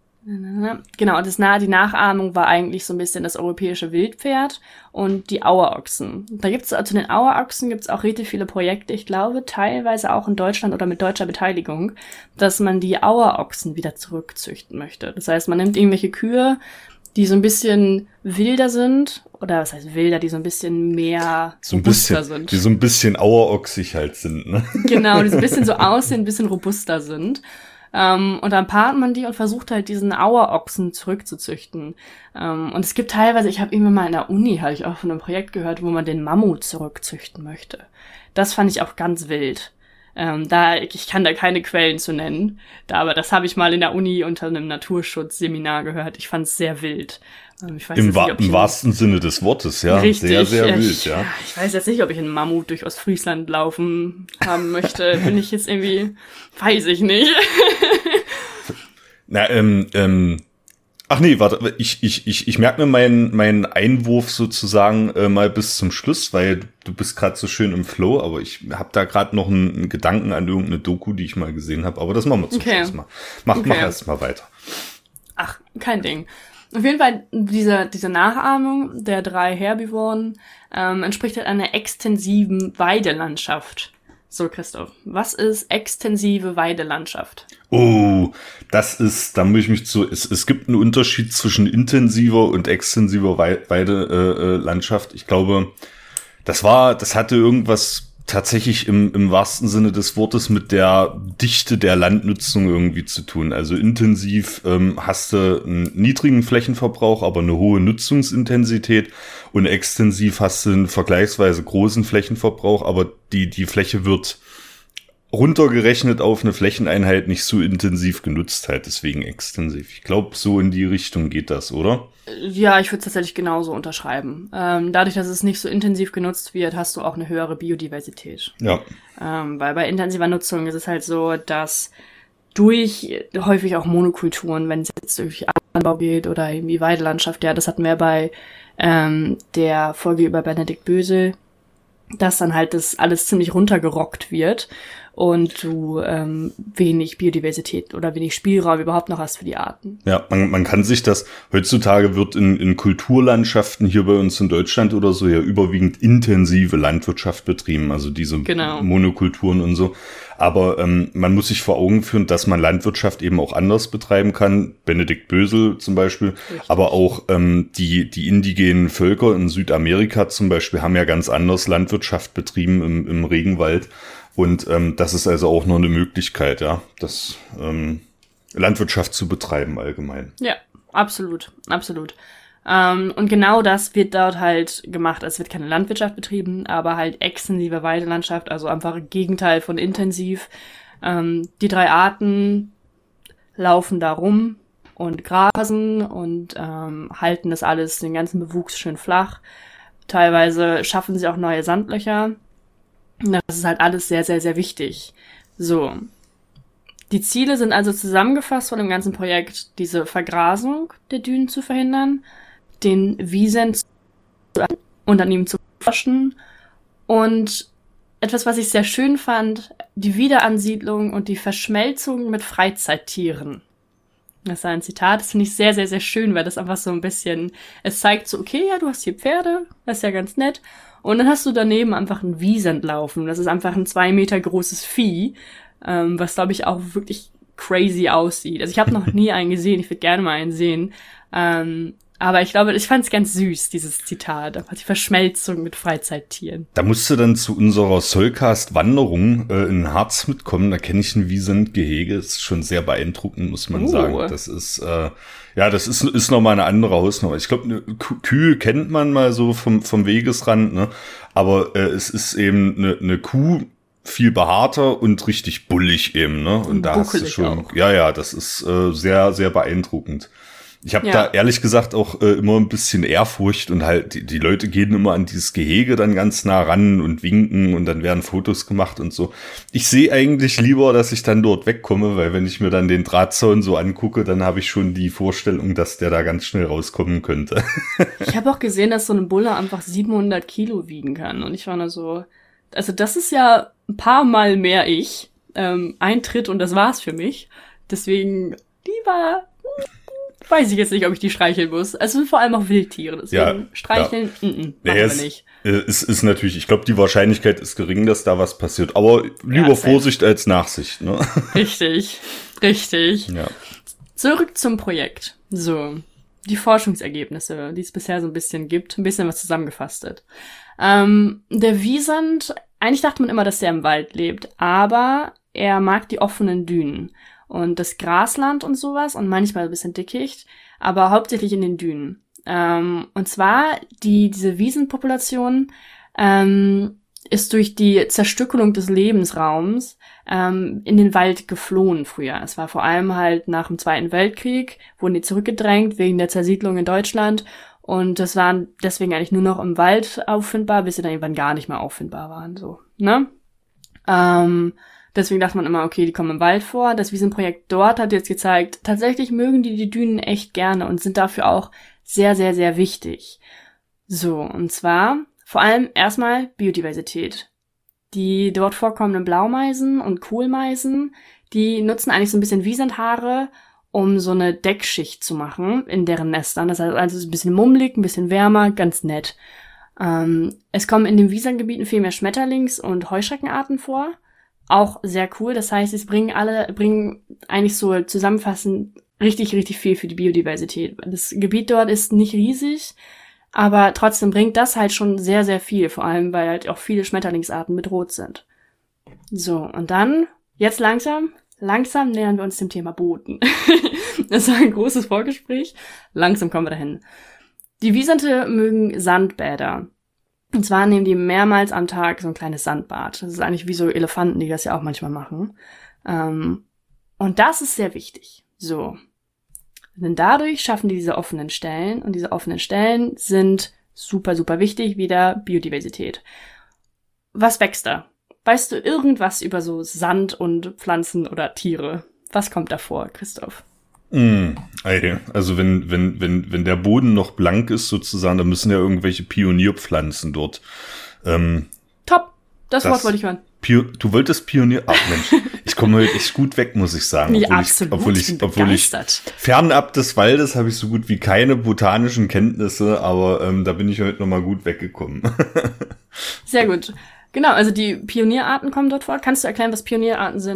Nachahmung war eigentlich so ein bisschen das europäische Wildpferd und die Auerochsen. Zu den Auerochsen gibt's auch richtig viele Projekte, ich glaube teilweise auch in Deutschland oder mit deutscher Beteiligung, dass man die Auerochsen wieder zurückzüchten möchte. Das heißt, man nimmt irgendwelche Kühe, die so ein bisschen wilder sind, oder was heißt wilder, die so ein bisschen mehr robuster sind. Die so ein bisschen auerochsig halt sind, ne? Genau, die so ein bisschen so aussehen, ein bisschen robuster sind. Und dann paart man die und versucht halt diesen Auerochsen zurückzuzüchten. Und es gibt teilweise, ich habe irgendwann mal in der Uni, habe ich auch von einem Projekt gehört, wo man den Mammut zurückzüchten möchte. Das fand ich auch ganz wild. Ich kann da keine Quellen zu nennen, aber das habe ich mal in der Uni unter einem Naturschutzseminar gehört. Ich fand es sehr wild. Im wahrsten Sinne des Wortes, ja. Richtig, sehr, sehr wild, ja. Ich weiß jetzt nicht, ob ich einen Mammut durch Ostfriesland laufen haben möchte. Bin ich jetzt irgendwie, weiß ich nicht. Ach nee, warte, ich merke mir meinen Einwurf sozusagen mal bis zum Schluss, weil du bist gerade so schön im Flow, aber ich habe da gerade noch einen Gedanken an irgendeine Doku, die ich mal gesehen habe, aber das machen wir zum Schluss mal. Mach erst mal weiter. Ach, kein Ding. Auf jeden Fall, diese Nachahmung der 3 Herbivoren entspricht halt einer extensiven Weidelandschaft. So, Christoph, was ist extensive Weidelandschaft? Oh, da muss ich mich es gibt einen Unterschied zwischen intensiver und extensiver Weidelandschaft. Ich glaube, das hatte irgendwas tatsächlich im wahrsten Sinne des Wortes mit der Dichte der Landnutzung irgendwie zu tun. Also intensiv hast du einen niedrigen Flächenverbrauch, aber eine hohe Nutzungsintensität, und extensiv hast du einen vergleichsweise großen Flächenverbrauch, aber die Fläche wird runtergerechnet auf eine Flächeneinheit nicht so intensiv genutzt halt, deswegen extensiv. Ich glaube, so in die Richtung geht das, oder? Ja, ich würde es tatsächlich genauso unterschreiben. Dadurch, dass es nicht so intensiv genutzt wird, hast du auch eine höhere Biodiversität. Ja. Weil bei intensiver Nutzung ist es halt so, dass durch häufig auch Monokulturen, wenn es jetzt durch Anbau geht oder irgendwie Weidelandschaft, ja, das hatten wir bei der Folge über Benedikt Bösel, dass dann halt das alles ziemlich runtergerockt wird und du wenig Biodiversität oder wenig Spielraum überhaupt noch hast für die Arten. Ja, man kann sich das, heutzutage wird in Kulturlandschaften hier bei uns in Deutschland oder so ja überwiegend intensive Landwirtschaft betrieben, also diese Monokulturen und so. Aber man muss sich vor Augen führen, dass man Landwirtschaft eben auch anders betreiben kann. Benedikt Bösel zum Beispiel. Richtig. Aber auch die indigenen Völker in Südamerika zum Beispiel haben ja ganz anders Landwirtschaft betrieben im Regenwald. Und das ist also auch nur eine Möglichkeit, ja, das Landwirtschaft zu betreiben allgemein. Ja, absolut, absolut. Und genau das wird dort halt gemacht. Es wird keine Landwirtschaft betrieben, aber halt extensive Weidelandschaft, also einfach Gegenteil von intensiv. Die 3 Arten laufen da rum und grasen und halten das alles, den ganzen Bewuchs schön flach. Teilweise schaffen sie auch neue Sandlöcher. Das ist halt alles sehr, sehr, sehr wichtig. So. Die Ziele sind also zusammengefasst von dem ganzen Projekt, diese Vergrasung der Dünen zu verhindern, den Wiesen und an ihm zu forschen und etwas, was ich sehr schön fand, die Wiederansiedlung und die Verschmelzung mit Freizeittieren. Das ist ein Zitat, das finde ich sehr, sehr, sehr schön, weil das einfach so ein bisschen, es zeigt so, okay, ja, du hast hier Pferde, das ist ja ganz nett. Und dann hast du daneben einfach ein Wiesent laufen. Das ist einfach ein 2 Meter großes Vieh, was, glaube ich, auch wirklich crazy aussieht. Also ich habe noch nie einen gesehen, ich würde gerne mal einen sehen. Aber ich glaube, ich fand es ganz süß, dieses Zitat. Einfach die Verschmelzung mit Freizeittieren. Da musst du dann zu unserer Soulcast-Wanderung in Harz mitkommen. Da kenne ich ein Wiesent-Gehege. Das ist schon sehr beeindruckend, muss man sagen. Das ist, das ist nochmal eine andere Hausnummer. Ich glaube, eine Kühe kennt man mal so vom Wegesrand, ne? Aber es ist eben eine Kuh, viel behaarter und richtig bullig eben, ne? Und da hast du schon, auch. Ja, das ist sehr, sehr beeindruckend. Ich habe da ehrlich gesagt auch immer ein bisschen Ehrfurcht und halt die Leute gehen immer an dieses Gehege dann ganz nah ran und winken und dann werden Fotos gemacht und so. Ich sehe eigentlich lieber, dass ich dann dort wegkomme, weil wenn ich mir dann den Drahtzaun so angucke, dann habe ich schon die Vorstellung, dass der da ganz schnell rauskommen könnte. Ich habe auch gesehen, dass so eine Bulle einfach 700 Kilo wiegen kann und ich war nur so, also das ist ja ein paar Mal mehr ich. Ein Tritt und das war's für mich. Deswegen lieber weiß ich jetzt nicht, ob ich die streicheln muss. Also vor allem auch Wildtiere. Deswegen streicheln, machen wir nicht. Es ist natürlich, ich glaube, die Wahrscheinlichkeit ist gering, dass da was passiert. Aber lieber Vorsicht als Nachsicht, ne? Richtig. Ja. Zurück zum Projekt. So, die Forschungsergebnisse, die es bisher so ein bisschen gibt. Ein bisschen was zusammengefasst wird. Der Wiesent, eigentlich dachte man immer, dass der im Wald lebt. Aber er mag die offenen Dünen. Und das Grasland und sowas und manchmal ein bisschen Dickicht, aber hauptsächlich in den Dünen. Und zwar diese Wiesenpopulation ist durch die Zerstückelung des Lebensraums in den Wald geflohen früher. Es war vor allem halt nach dem Zweiten Weltkrieg, wurden die zurückgedrängt wegen der Zersiedlung in Deutschland und das waren deswegen eigentlich nur noch im Wald auffindbar, bis sie dann irgendwann gar nicht mehr auffindbar waren, so, ne? Deswegen dachte man immer, okay, die kommen im Wald vor. Das Wiesenprojekt dort hat jetzt gezeigt, tatsächlich mögen die Dünen echt gerne und sind dafür auch sehr, sehr, sehr wichtig. So, und zwar vor allem erstmal Biodiversität. Die dort vorkommenden Blaumeisen und Kohlmeisen, die nutzen eigentlich so ein bisschen Wiesenthaare, um so eine Deckschicht zu machen in deren Nestern. Das heißt also ein bisschen mummelig, ein bisschen wärmer, ganz nett. Es kommen in den Wiesengebieten viel mehr Schmetterlings- und Heuschreckenarten vor. Auch sehr cool. Das heißt, sie bringen eigentlich so zusammenfassend richtig, richtig viel für die Biodiversität. Das Gebiet dort ist nicht riesig, aber trotzdem bringt das halt schon sehr, sehr viel. Vor allem, weil halt auch viele Schmetterlingsarten bedroht sind. So, und dann, jetzt langsam nähern wir uns dem Thema Boden. Das war ein großes Vorgespräch. Langsam kommen wir dahin. Die Wiesente mögen Sandbäder. Und zwar nehmen die mehrmals am Tag so ein kleines Sandbad. Das ist eigentlich wie so Elefanten, die das ja auch manchmal machen. Und das ist sehr wichtig. So. Denn dadurch schaffen die diese offenen Stellen. Und diese offenen Stellen sind super, super wichtig. Wieder Biodiversität. Was wächst da? Weißt du irgendwas über so Sand und Pflanzen oder Tiere? Was kommt da vor, Christoph? Also wenn der Boden noch blank ist sozusagen, dann müssen ja irgendwelche Pionierpflanzen dort. Top, das Wort wollte ich hören. Du wolltest Pionier... Ach Mensch, ich komme heute echt gut weg, muss ich sagen. Ja, absolut, obwohl ich fernab des Waldes habe ich so gut wie keine botanischen Kenntnisse, aber da bin ich heute nochmal gut weggekommen. Sehr gut. Genau, also die Pionierarten kommen dort vor. Kannst du erklären, was Pionierarten sind?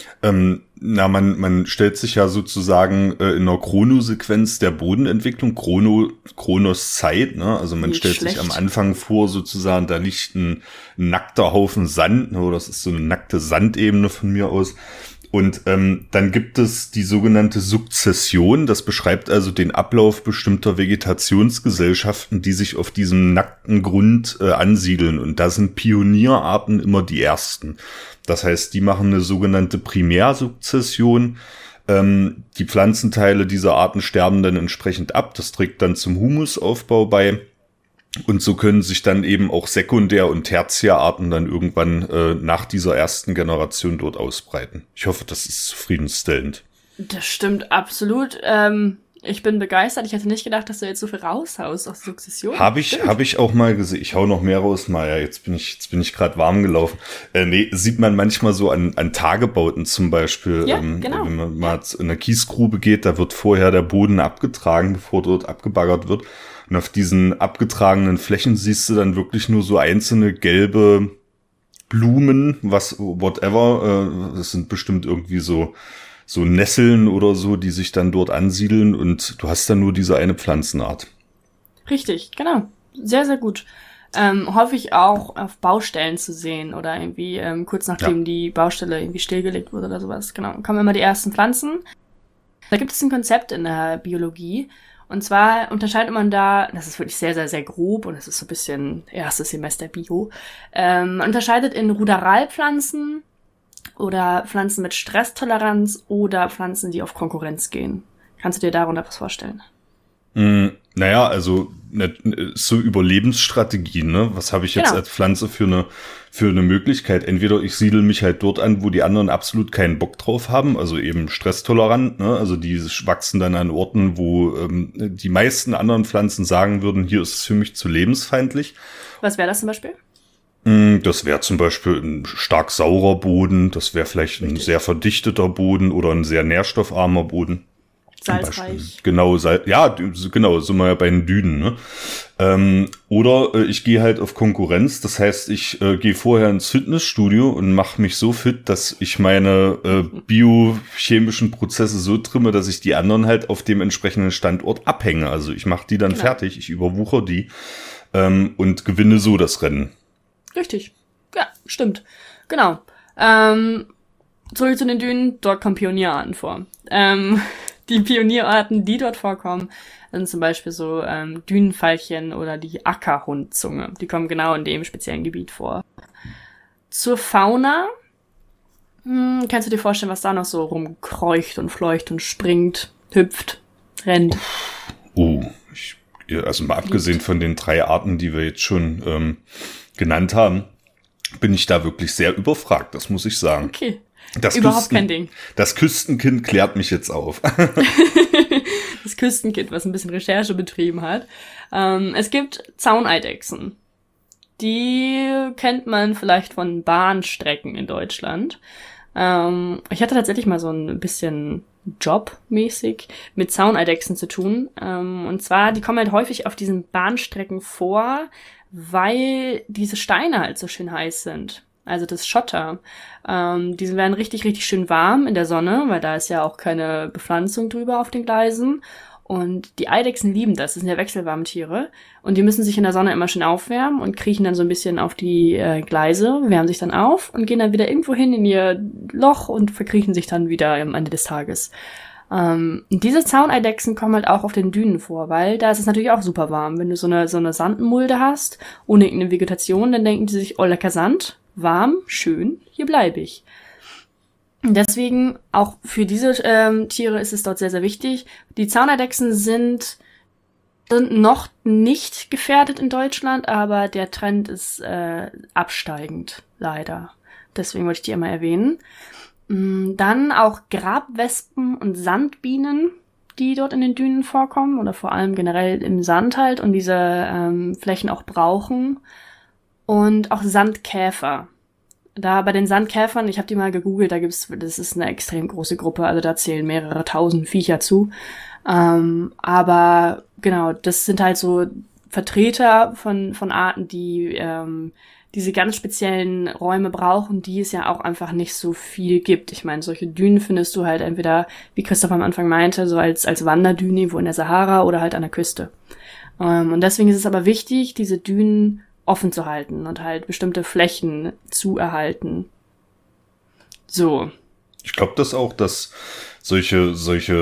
Man stellt sich ja sozusagen in einer Chronosequenz der Bodenentwicklung, Chronos Zeit, ne? Also man stellt sich am Anfang vor, sozusagen, da liegt ein nackter Haufen Sand, ne? Oder das ist so eine nackte Sandebene von mir aus. Und dann gibt es die sogenannte Sukzession. Das beschreibt also den Ablauf bestimmter Vegetationsgesellschaften, die sich auf diesem nackten Grund ansiedeln. Und da sind Pionierarten immer die ersten. Das heißt, die machen eine sogenannte Primärsukzession. Die Pflanzenteile dieser Arten sterben dann entsprechend ab. Das trägt dann zum Humusaufbau bei. Und so können sich dann eben auch Sekundär- und Tertiärarten dann irgendwann nach dieser ersten Generation dort ausbreiten. Ich hoffe, das ist zufriedenstellend. Das stimmt absolut. Ich bin begeistert. Ich hätte nicht gedacht, dass du jetzt so viel raushaust aus Sukzession. Hab ich auch mal gesehen. Ich hau noch mehr raus, Maja. Jetzt bin ich gerade warm gelaufen. Sieht man manchmal so an Tagebauten zum Beispiel. Ja, genau. Wenn man mal in eine Kiesgrube geht, da wird vorher der Boden abgetragen, bevor dort abgebaggert wird. Und auf diesen abgetragenen Flächen siehst du dann wirklich nur so einzelne gelbe Blumen, whatever. Das sind bestimmt irgendwie so Nesseln oder so, die sich dann dort ansiedeln, und du hast dann nur diese eine Pflanzenart. Richtig, genau. Sehr, sehr gut. Häufig auch auf Baustellen zu sehen oder irgendwie kurz nachdem die Baustelle irgendwie stillgelegt wurde oder sowas. Genau, kommen immer die ersten Pflanzen. Da gibt es ein Konzept in der Biologie. Und zwar unterscheidet man da, das ist wirklich sehr, sehr, sehr grob und es ist so ein bisschen erstes Semester Bio, man unterscheidet in Ruderalpflanzen oder Pflanzen mit Stresstoleranz oder Pflanzen, die auf Konkurrenz gehen. Kannst du dir darunter was vorstellen? Naja, also so Überlebensstrategien, ne? Was habe ich jetzt als Pflanze für eine Möglichkeit? Entweder ich siedel mich halt dort an, wo die anderen absolut keinen Bock drauf haben, also eben stresstolerant, ne? Also die wachsen dann an Orten, wo die meisten anderen Pflanzen sagen würden, hier ist es für mich zu lebensfeindlich. Was wäre das zum Beispiel? Das wäre zum Beispiel ein stark saurer Boden, das wäre vielleicht ein sehr verdichteter Boden oder ein sehr nährstoffarmer Boden. Salzreich. Genau, genau, sind wir ja bei den Dünen, ne? Oder ich gehe halt auf Konkurrenz, das heißt, ich gehe vorher ins Fitnessstudio und mache mich so fit, dass ich meine biochemischen Prozesse so trimme, dass ich die anderen halt auf dem entsprechenden Standort abhänge. Also ich mache die dann fertig, ich überwucher die und gewinne so das Rennen. Richtig. Ja, stimmt. Genau. Zurück zu den Dünen, dort kommen Pionierarten vor. Die Pionierarten, die dort vorkommen, sind zum Beispiel so Dünenveilchen oder die Ackerhundzunge. Die kommen genau in dem speziellen Gebiet vor. Zur Fauna, kannst du dir vorstellen, was da noch so rumkreucht und fleucht und springt, hüpft, rennt? Also mal abgesehen von den 3 Arten, die wir jetzt schon genannt haben, bin ich da wirklich sehr überfragt, das muss ich sagen. Okay. Überhaupt kein Ding. Das Küstenkind klärt mich jetzt auf. Das Küstenkind, was ein bisschen Recherche betrieben hat. Es gibt Zauneidechsen. Die kennt man vielleicht von Bahnstrecken in Deutschland. Ich hatte tatsächlich mal so ein bisschen jobmäßig mit Zauneidechsen zu tun. Und zwar, die kommen halt häufig auf diesen Bahnstrecken vor, weil diese Steine halt so schön heiß sind. Also das Schotter. Die werden richtig, richtig schön warm in der Sonne, weil da ist ja auch keine Bepflanzung drüber auf den Gleisen. Und die Eidechsen lieben das. Das sind ja wechselwarme Tiere. Und die müssen sich in der Sonne immer schön aufwärmen und kriechen dann so ein bisschen auf die Gleise, wärmen sich dann auf und gehen dann wieder irgendwo hin in ihr Loch und verkriechen sich dann wieder am Ende des Tages. Diese Zauneidechsen kommen halt auch auf den Dünen vor, weil da ist es natürlich auch super warm. Wenn du so eine Sandmulde hast, ohne irgendeine Vegetation, dann denken die sich, oh, lecker Sand, warm, schön, hier bleibe ich. Deswegen, auch für diese Tiere ist es dort sehr, sehr wichtig. Die Zauneidechsen sind noch nicht gefährdet in Deutschland, aber der Trend ist absteigend, leider. Deswegen wollte ich die immer erwähnen. Dann auch Grabwespen und Sandbienen, die dort in den Dünen vorkommen oder vor allem generell im Sand halt und diese Flächen auch brauchen. Und auch Sandkäfer. Da bei den Sandkäfern, ich habe die mal gegoogelt, das ist eine extrem große Gruppe, also da zählen mehrere tausend Viecher zu. Aber genau, das sind halt so Vertreter von Arten, die diese ganz speziellen Räume brauchen, die es ja auch einfach nicht so viel gibt. Ich meine, solche Dünen findest du halt entweder, wie Christoph am Anfang meinte, so als Wanderdüne, wo in der Sahara oder halt an der Küste. Und deswegen ist es aber wichtig, diese Dünen offen zu halten und halt bestimmte Flächen zu erhalten. So. Ich glaube das auch, dass solche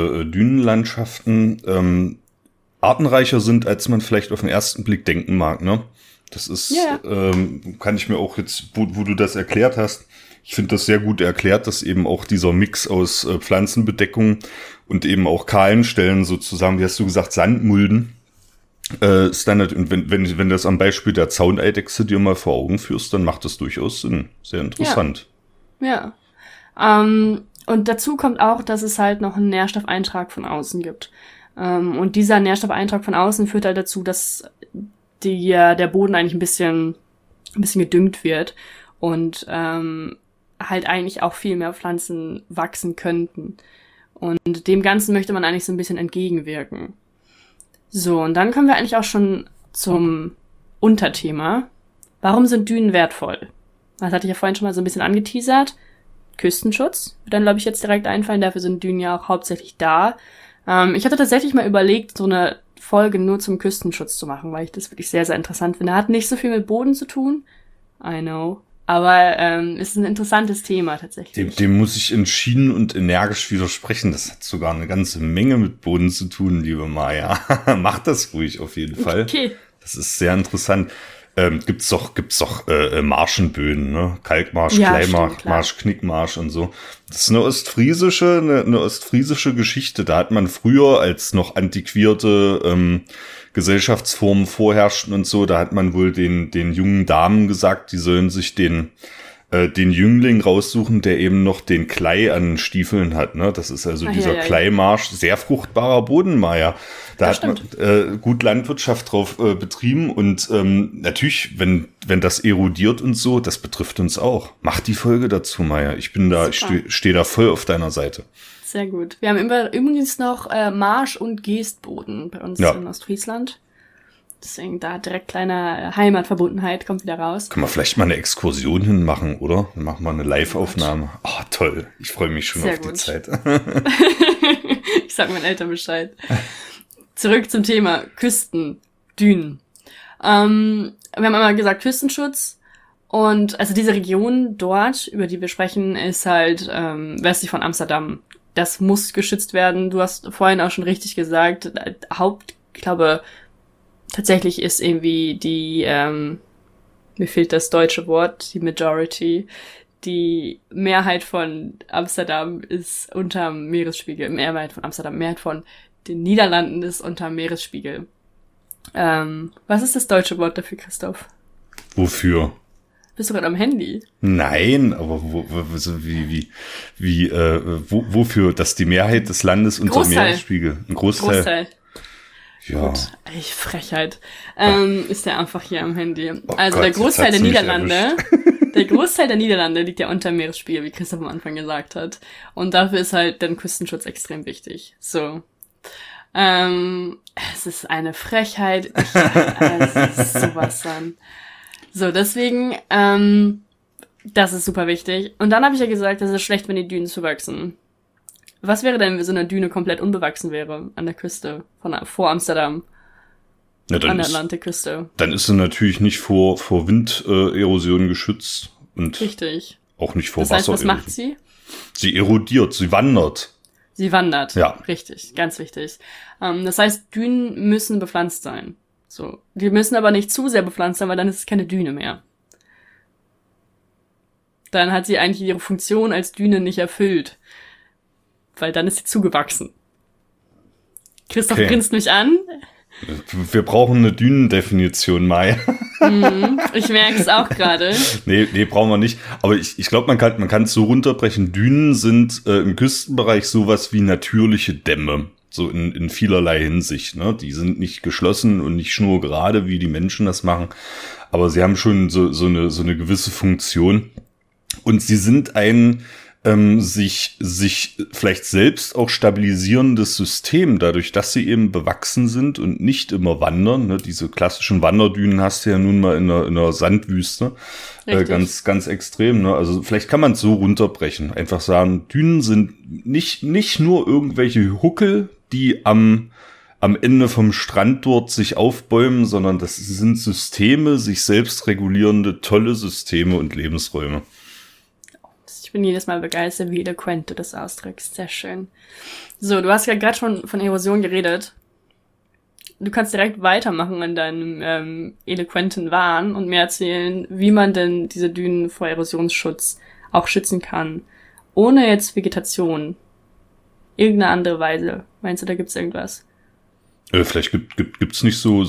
Dünenlandschaften artenreicher sind, als man vielleicht auf den ersten Blick denken mag, ne? Das ist, kann ich mir auch jetzt, wo du das erklärt hast, ich finde das sehr gut erklärt, dass eben auch dieser Mix aus Pflanzenbedeckung und eben auch kahlen Stellen sozusagen, wie hast du gesagt, Sandmulden, Standard. Und wenn du das am Beispiel der Zauneidechse dir mal vor Augen führst, dann macht das durchaus Sinn. Sehr interessant. Ja. Und dazu kommt auch, dass es halt noch einen Nährstoffeintrag von außen gibt. Und dieser Nährstoffeintrag von außen führt halt dazu, dass der Boden eigentlich ein bisschen gedüngt wird und halt eigentlich auch viel mehr Pflanzen wachsen könnten. Und dem Ganzen möchte man eigentlich so ein bisschen entgegenwirken. So, und dann kommen wir eigentlich auch schon zum Unterthema. Warum sind Dünen wertvoll? Das hatte ich ja vorhin schon mal so ein bisschen angeteasert. Küstenschutz wird dann, glaube ich, jetzt direkt einfallen. Dafür sind Dünen ja auch hauptsächlich da. Ich hatte tatsächlich mal überlegt, so eine Folge nur zum Küstenschutz zu machen, weil ich das wirklich sehr, sehr interessant finde. Hat nicht so viel mit Boden zu tun. I know. Aber ist ein interessantes Thema tatsächlich. Dem muss ich entschieden und energisch widersprechen. Das hat sogar eine ganze Menge mit Boden zu tun, liebe Maja. Mach das ruhig auf jeden Fall. Okay. Das ist sehr interessant. Gibt's doch Marschenböden, ne? Kalkmarsch, ja, Kleimarsch, Knickmarsch und so. Das ist eine ostfriesische Geschichte. Da hat man früher, als noch antiquierte Gesellschaftsformen vorherrschten und so, da hat man wohl den jungen Damen gesagt, die sollen sich den Jüngling raussuchen, der eben noch den Klei an Stiefeln hat, ne? Das ist also dieser Kleimarsch, sehr fruchtbarer Boden, Maja. Da hat man gut Landwirtschaft drauf betrieben und natürlich, wenn das erodiert und so, das betrifft uns auch. Mach die Folge dazu, Maja. Ich stehe da voll auf deiner Seite. Sehr gut. Wir haben übrigens noch Marsch- und Geestboden bei uns in Ostfriesland. Deswegen da direkt kleine Heimatverbundenheit kommt wieder raus. Können wir vielleicht mal eine Exkursion hinmachen, oder? Dann machen wir eine Live-Aufnahme. Oh, toll. Ich freue mich schon auf die Zeit. Ich sag meinen Eltern Bescheid. Zurück zum Thema Küsten, Dünen. Wir haben einmal gesagt Küstenschutz. Und also diese Region dort, über die wir sprechen, ist halt westlich von Amsterdam. Das muss geschützt werden. Du hast vorhin auch schon richtig gesagt, ich glaube, tatsächlich ist irgendwie mir fehlt das deutsche Wort, die Majority, die Mehrheit von Amsterdam ist unterm Meeresspiegel, Mehrheit von den Niederlanden ist unterm Meeresspiegel. Was ist das deutsche Wort dafür, Christoph? Wofür? Bist du gerade am Handy? Nein, aber wofür, dass die Mehrheit des Landes unter Meeresspiegel, ein Großteil. Ja. Gut, echt Frechheit. Ist der einfach hier am Handy. Also Gott, der Großteil der Niederlande, liegt ja unter Meeresspiegel, wie Christoph am Anfang gesagt hat. Und dafür ist halt der Küstenschutz extrem wichtig. So. Es ist eine Frechheit. Es ist sowas dann. So, deswegen, das ist super wichtig. Und dann habe ich ja gesagt, es ist schlecht, wenn die Dünen zuwachsen. Was wäre denn, wenn so eine Düne komplett unbewachsen wäre an der Küste vor Amsterdam? An der Atlantikküste. Dann ist sie natürlich nicht vor Winderosion geschützt und richtig. Auch nicht vor Wassererosion. Was macht sie? Sie erodiert, sie wandert. Ja. Richtig, ganz wichtig. Das heißt, Dünen müssen bepflanzt sein. So, die müssen aber nicht zu sehr bepflanzt sein, weil dann ist es keine Düne mehr. Dann hat sie eigentlich ihre Funktion als Düne nicht erfüllt. Weil dann ist sie zugewachsen. Christoph grinst mich an. Wir brauchen eine Dünendefinition, Mai. Ich merke es auch gerade. Nee, brauchen wir nicht. Aber ich glaube, man kann es so runterbrechen. Dünen sind im Küstenbereich sowas wie natürliche Dämme. So in vielerlei Hinsicht. Ne? Die sind nicht geschlossen und nicht schnurgerade, wie die Menschen das machen. Aber sie haben schon so eine gewisse Funktion. Und sie sind ein sich vielleicht selbst auch stabilisierendes System, dadurch, dass sie eben bewachsen sind und nicht immer wandern. Ne? Diese klassischen Wanderdünen hast du ja nun mal in einer Sandwüste. Ganz, ganz extrem. Ne? Also vielleicht kann man es so runterbrechen. Einfach sagen, Dünen sind nicht nur irgendwelche Huckel, die am Ende vom Strand dort sich aufbäumen, sondern das sind Systeme, sich selbst regulierende, tolle Systeme und Lebensräume. Ich bin jedes Mal begeistert, wie eloquent du das ausdrückst. Sehr schön. So, du hast ja gerade schon von Erosion geredet. Du kannst direkt weitermachen in deinem eloquenten Wahn und mir erzählen, wie man denn diese Dünen vor Erosionsschutz auch schützen kann. Ohne jetzt Vegetation. Irgendeine andere Weise. Meinst du, da gibt's irgendwas? Vielleicht gibt's nicht so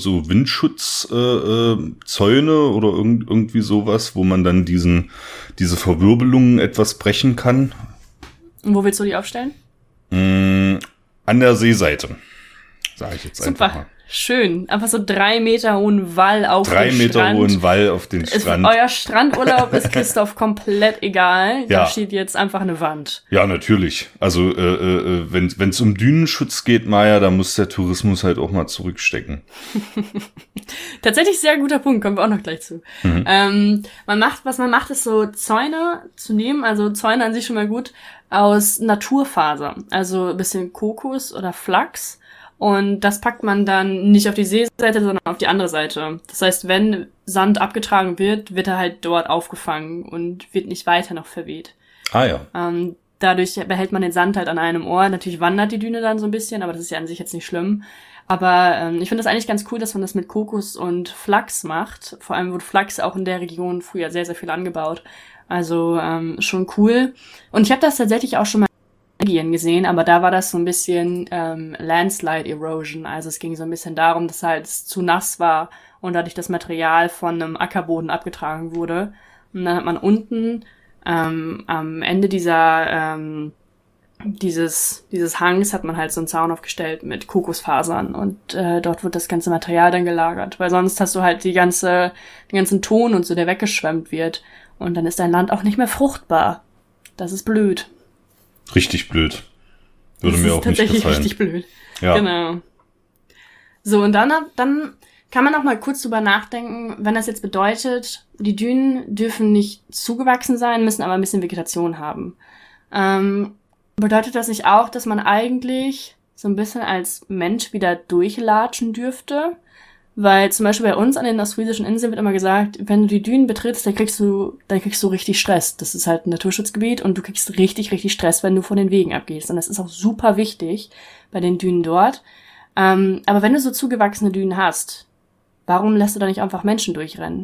Windschutzzäune oder irgendwie sowas, wo man dann diese Verwirbelungen etwas brechen kann. Und wo willst du die aufstellen? An der Seeseite, sage ich jetzt Super. einfach mal. Schön. Einfach so 3 Meter hohen Wall auf den 3 Meter Strand. hohen Wall auf den Strand. Euer Strandurlaub ist Christoph komplett egal. Ja. Da steht jetzt einfach eine Wand. Ja, natürlich. Also wenn es um Dünenschutz geht, Maja, da muss der Tourismus halt auch mal zurückstecken. Tatsächlich sehr guter Punkt, kommen wir auch noch gleich zu. Man macht, ist so Zäune zu nehmen, also Zäune an sich schon mal gut, aus Naturfaser. Also ein bisschen Kokos oder Flachs. Und das packt man dann nicht auf die Seeseite, sondern auf die andere Seite. Das heißt, wenn Sand abgetragen wird, wird er halt dort aufgefangen und wird nicht weiter noch verweht. Ah ja. Dadurch behält man den Sand halt an einem Ort. Natürlich wandert die Düne dann so ein bisschen, aber das ist ja an sich jetzt nicht schlimm. Aber ich finde das eigentlich ganz cool, dass man das mit Kokos und Flachs macht. Vor allem wurde Flachs auch in der Region früher sehr, sehr viel angebaut. Also schon cool. Und ich habe das tatsächlich auch schon mal gesehen, aber da war das so ein bisschen Landslide Erosion. Also es ging so ein bisschen darum, dass halt es zu nass war und dadurch das Material von einem Ackerboden abgetragen wurde. Und dann hat man unten am Ende dieses Hangs hat man halt so einen Zaun aufgestellt mit Kokosfasern und dort wird das ganze Material dann gelagert, weil sonst hast du halt den ganzen Ton und so, der weggeschwemmt wird und dann ist dein Land auch nicht mehr fruchtbar. Das ist blöd. Richtig blöd. Würde mir auch nicht gefallen. Tatsächlich richtig blöd. Ja. Genau. So, und dann kann man auch mal kurz drüber nachdenken, wenn das jetzt bedeutet, die Dünen dürfen nicht zugewachsen sein, müssen aber ein bisschen Vegetation haben. Bedeutet das nicht auch, dass man eigentlich so ein bisschen als Mensch wieder durchlatschen dürfte? Weil zum Beispiel bei uns an den ostfriesischen Inseln wird immer gesagt, wenn du die Dünen betrittst, dann kriegst du richtig Stress. Das ist halt ein Naturschutzgebiet und du kriegst richtig, richtig Stress, wenn du von den Wegen abgehst. Und das ist auch super wichtig bei den Dünen dort. Aber wenn du so zugewachsene Dünen hast, warum lässt du da nicht einfach Menschen durchrennen?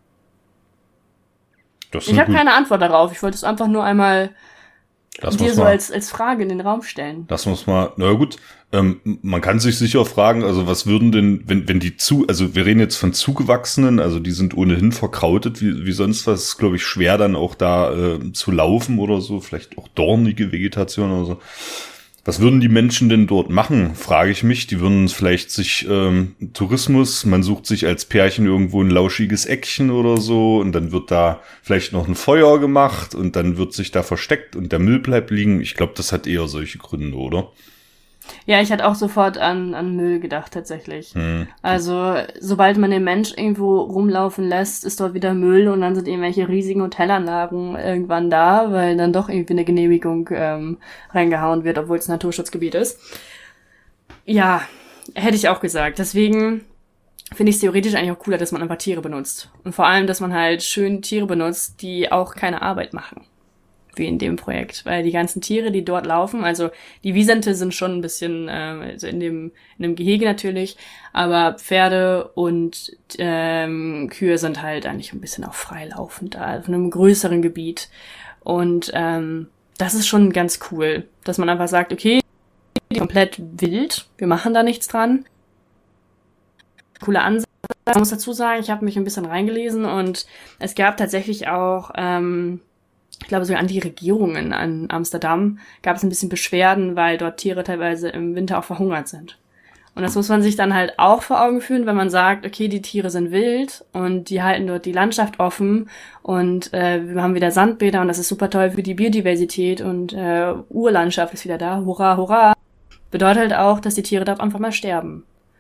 Ich habe keine Antwort darauf. Ich wollte es einfach nur einmal dir so als Frage in den Raum stellen. Das muss man, na gut, man kann sich sicher fragen, also was würden denn, wenn die also wir reden jetzt von zugewachsenen, also die sind ohnehin verkrautet, wie sonst was, ist glaube ich schwer dann auch da zu laufen oder so, vielleicht auch dornige Vegetation oder so. Was würden die Menschen denn dort machen, frage ich mich. Die würden vielleicht sich Tourismus, man sucht sich als Pärchen irgendwo ein lauschiges Eckchen oder so und dann wird da vielleicht noch ein Feuer gemacht und dann wird sich da versteckt und der Müll bleibt liegen. Ich glaube, das hat eher solche Gründe, oder? Ja, ich hatte auch sofort an Müll gedacht, tatsächlich. Also, sobald man den Mensch irgendwo rumlaufen lässt, ist dort wieder Müll und dann sind irgendwelche riesigen Hotelanlagen irgendwann da, weil dann doch irgendwie eine Genehmigung reingehauen wird, obwohl es ein Naturschutzgebiet ist. Ja, hätte ich auch gesagt. Deswegen finde ich es theoretisch eigentlich auch cooler, dass man einfach Tiere benutzt. Und vor allem, dass man halt schön Tiere benutzt, die auch keine Arbeit machen. Wie in dem Projekt, weil die ganzen Tiere, die dort laufen, also die Wiesente sind schon ein bisschen also in dem Gehege natürlich, aber Pferde und Kühe sind halt eigentlich ein bisschen auch freilaufend da, auf einem größeren Gebiet und das ist schon ganz cool, dass man einfach sagt, okay, komplett wild, wir machen da nichts dran. Cooler Ansatz. Ich muss dazu sagen, ich habe mich ein bisschen reingelesen und es gab tatsächlich auch ich glaube sogar an die Regierungen an Amsterdam gab es ein bisschen Beschwerden, weil dort Tiere teilweise im Winter auch verhungert sind. Und das muss man sich dann halt auch vor Augen führen, wenn man sagt, okay, die Tiere sind wild und die halten dort die Landschaft offen und wir haben wieder Sandbäder und das ist super toll für die Biodiversität und Urlandschaft ist wieder da, hurra, hurra. Bedeutet halt auch, dass die Tiere dort einfach mal sterben.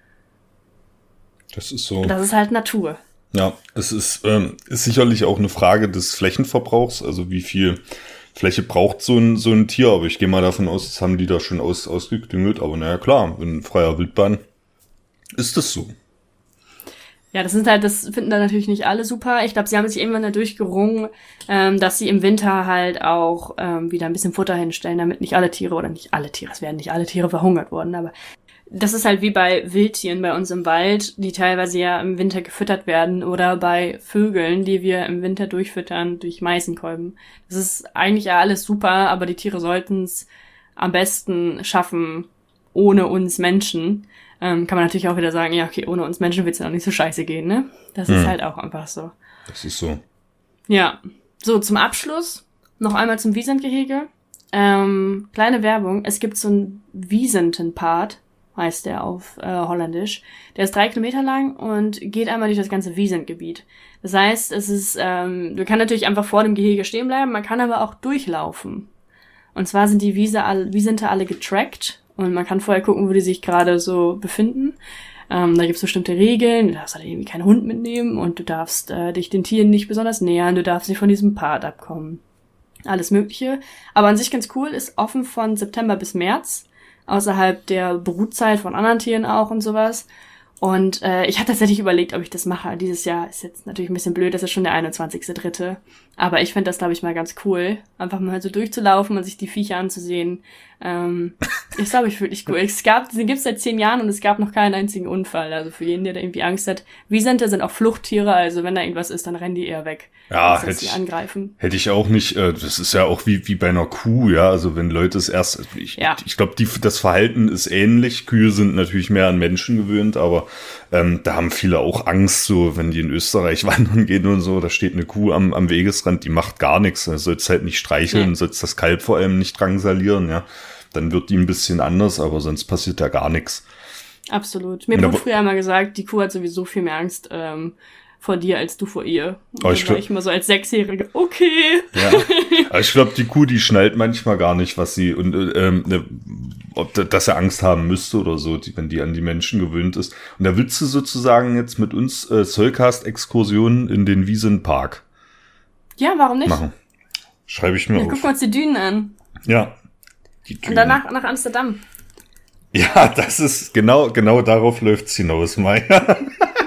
Das ist so. Und das ist halt Natur. Ja, es ist sicherlich auch eine Frage des Flächenverbrauchs, also wie viel Fläche braucht so ein Tier, aber ich gehe mal davon aus, das haben die da schon ausgedüngelt, aber naja, klar, in freier Wildbahn ist das so. Ja, das finden da natürlich nicht alle super. Ich glaube, sie haben sich irgendwann dadurch gerungen, dass sie im Winter halt auch wieder ein bisschen Futter hinstellen, damit nicht alle Tiere, es werden nicht alle Tiere verhungert worden, aber das ist halt wie bei Wildtieren bei uns im Wald, die teilweise ja im Winter gefüttert werden oder bei Vögeln, die wir im Winter durchfüttern durch Meisenkolben. Das ist eigentlich ja alles super, aber die Tiere sollten es am besten schaffen, ohne uns Menschen. Kann man natürlich auch wieder sagen, ja, okay, ohne uns Menschen wird's ja auch nicht so scheiße gehen, ne? Das ist halt auch einfach so. Das ist so. Ja. So, zum Abschluss noch einmal zum Wiesentgehege. Kleine Werbung. Es gibt so einen Wiesenten-Part, heißt der auf Holländisch. Der ist 3 Kilometer lang und geht einmal durch das ganze Wiesentgebiet. Das heißt, es ist, du kannst natürlich einfach vor dem Gehege stehen bleiben, man kann aber auch durchlaufen. Und zwar sind die Wiesente alle getrackt und man kann vorher gucken, wo die sich gerade so befinden. Da gibt's bestimmte Regeln, du darfst halt irgendwie keinen Hund mitnehmen und du darfst dich den Tieren nicht besonders nähern, du darfst nicht von diesem Part abkommen. Alles Mögliche. Aber an sich ganz cool, ist offen von September bis März. Außerhalb der Brutzeit von anderen Tieren auch und sowas. Und ich hatte tatsächlich überlegt, ob ich das mache. Dieses Jahr ist jetzt natürlich ein bisschen blöd, das ist schon der 21.3. Aber ich fände das, glaube ich, mal ganz cool. Einfach mal so durchzulaufen und sich die Viecher anzusehen. Ist, glaube ich, wirklich cool. Den gibt's seit 10 Jahren und es gab noch keinen einzigen Unfall. Also für jeden, der da irgendwie Angst hat. Wiesente sind auch Fluchttiere, also wenn da irgendwas ist, dann rennen die eher weg. Ja, hätte ich auch nicht. Das ist ja auch wie bei einer Kuh, ja. Also wenn Leute ich glaube, das Verhalten ist ähnlich. Kühe sind natürlich mehr an Menschen gewöhnt, aber da haben viele auch Angst, so wenn die in Österreich wandern gehen und so, da steht eine Kuh am Wegesrand, die macht gar nichts. Da sollst halt nicht streicheln, sollst das Kalb vor allem nicht drangsalieren, ja. Dann wird die ein bisschen anders, aber sonst passiert da gar nichts. Absolut. Mir wurde früher einmal gesagt, die Kuh hat sowieso viel mehr Angst vor dir als du vor ihr. Und dann war ich immer so als 6-Jährige, okay. Ja, aber ich glaube, die Kuh, die schnallt manchmal gar nicht, was sie dass er Angst haben müsste oder so, wenn die an die Menschen gewöhnt ist. Und da willst du sozusagen jetzt mit uns Zollcast-Exkursionen in den Wiesenpark. Ja, warum nicht? Machen. Schreibe ich mir auf. Gucken wir uns die Dünen an. Ja. Die Dünen. Und danach nach Amsterdam. Ja, das ist genau darauf läuft's hinaus, Maya.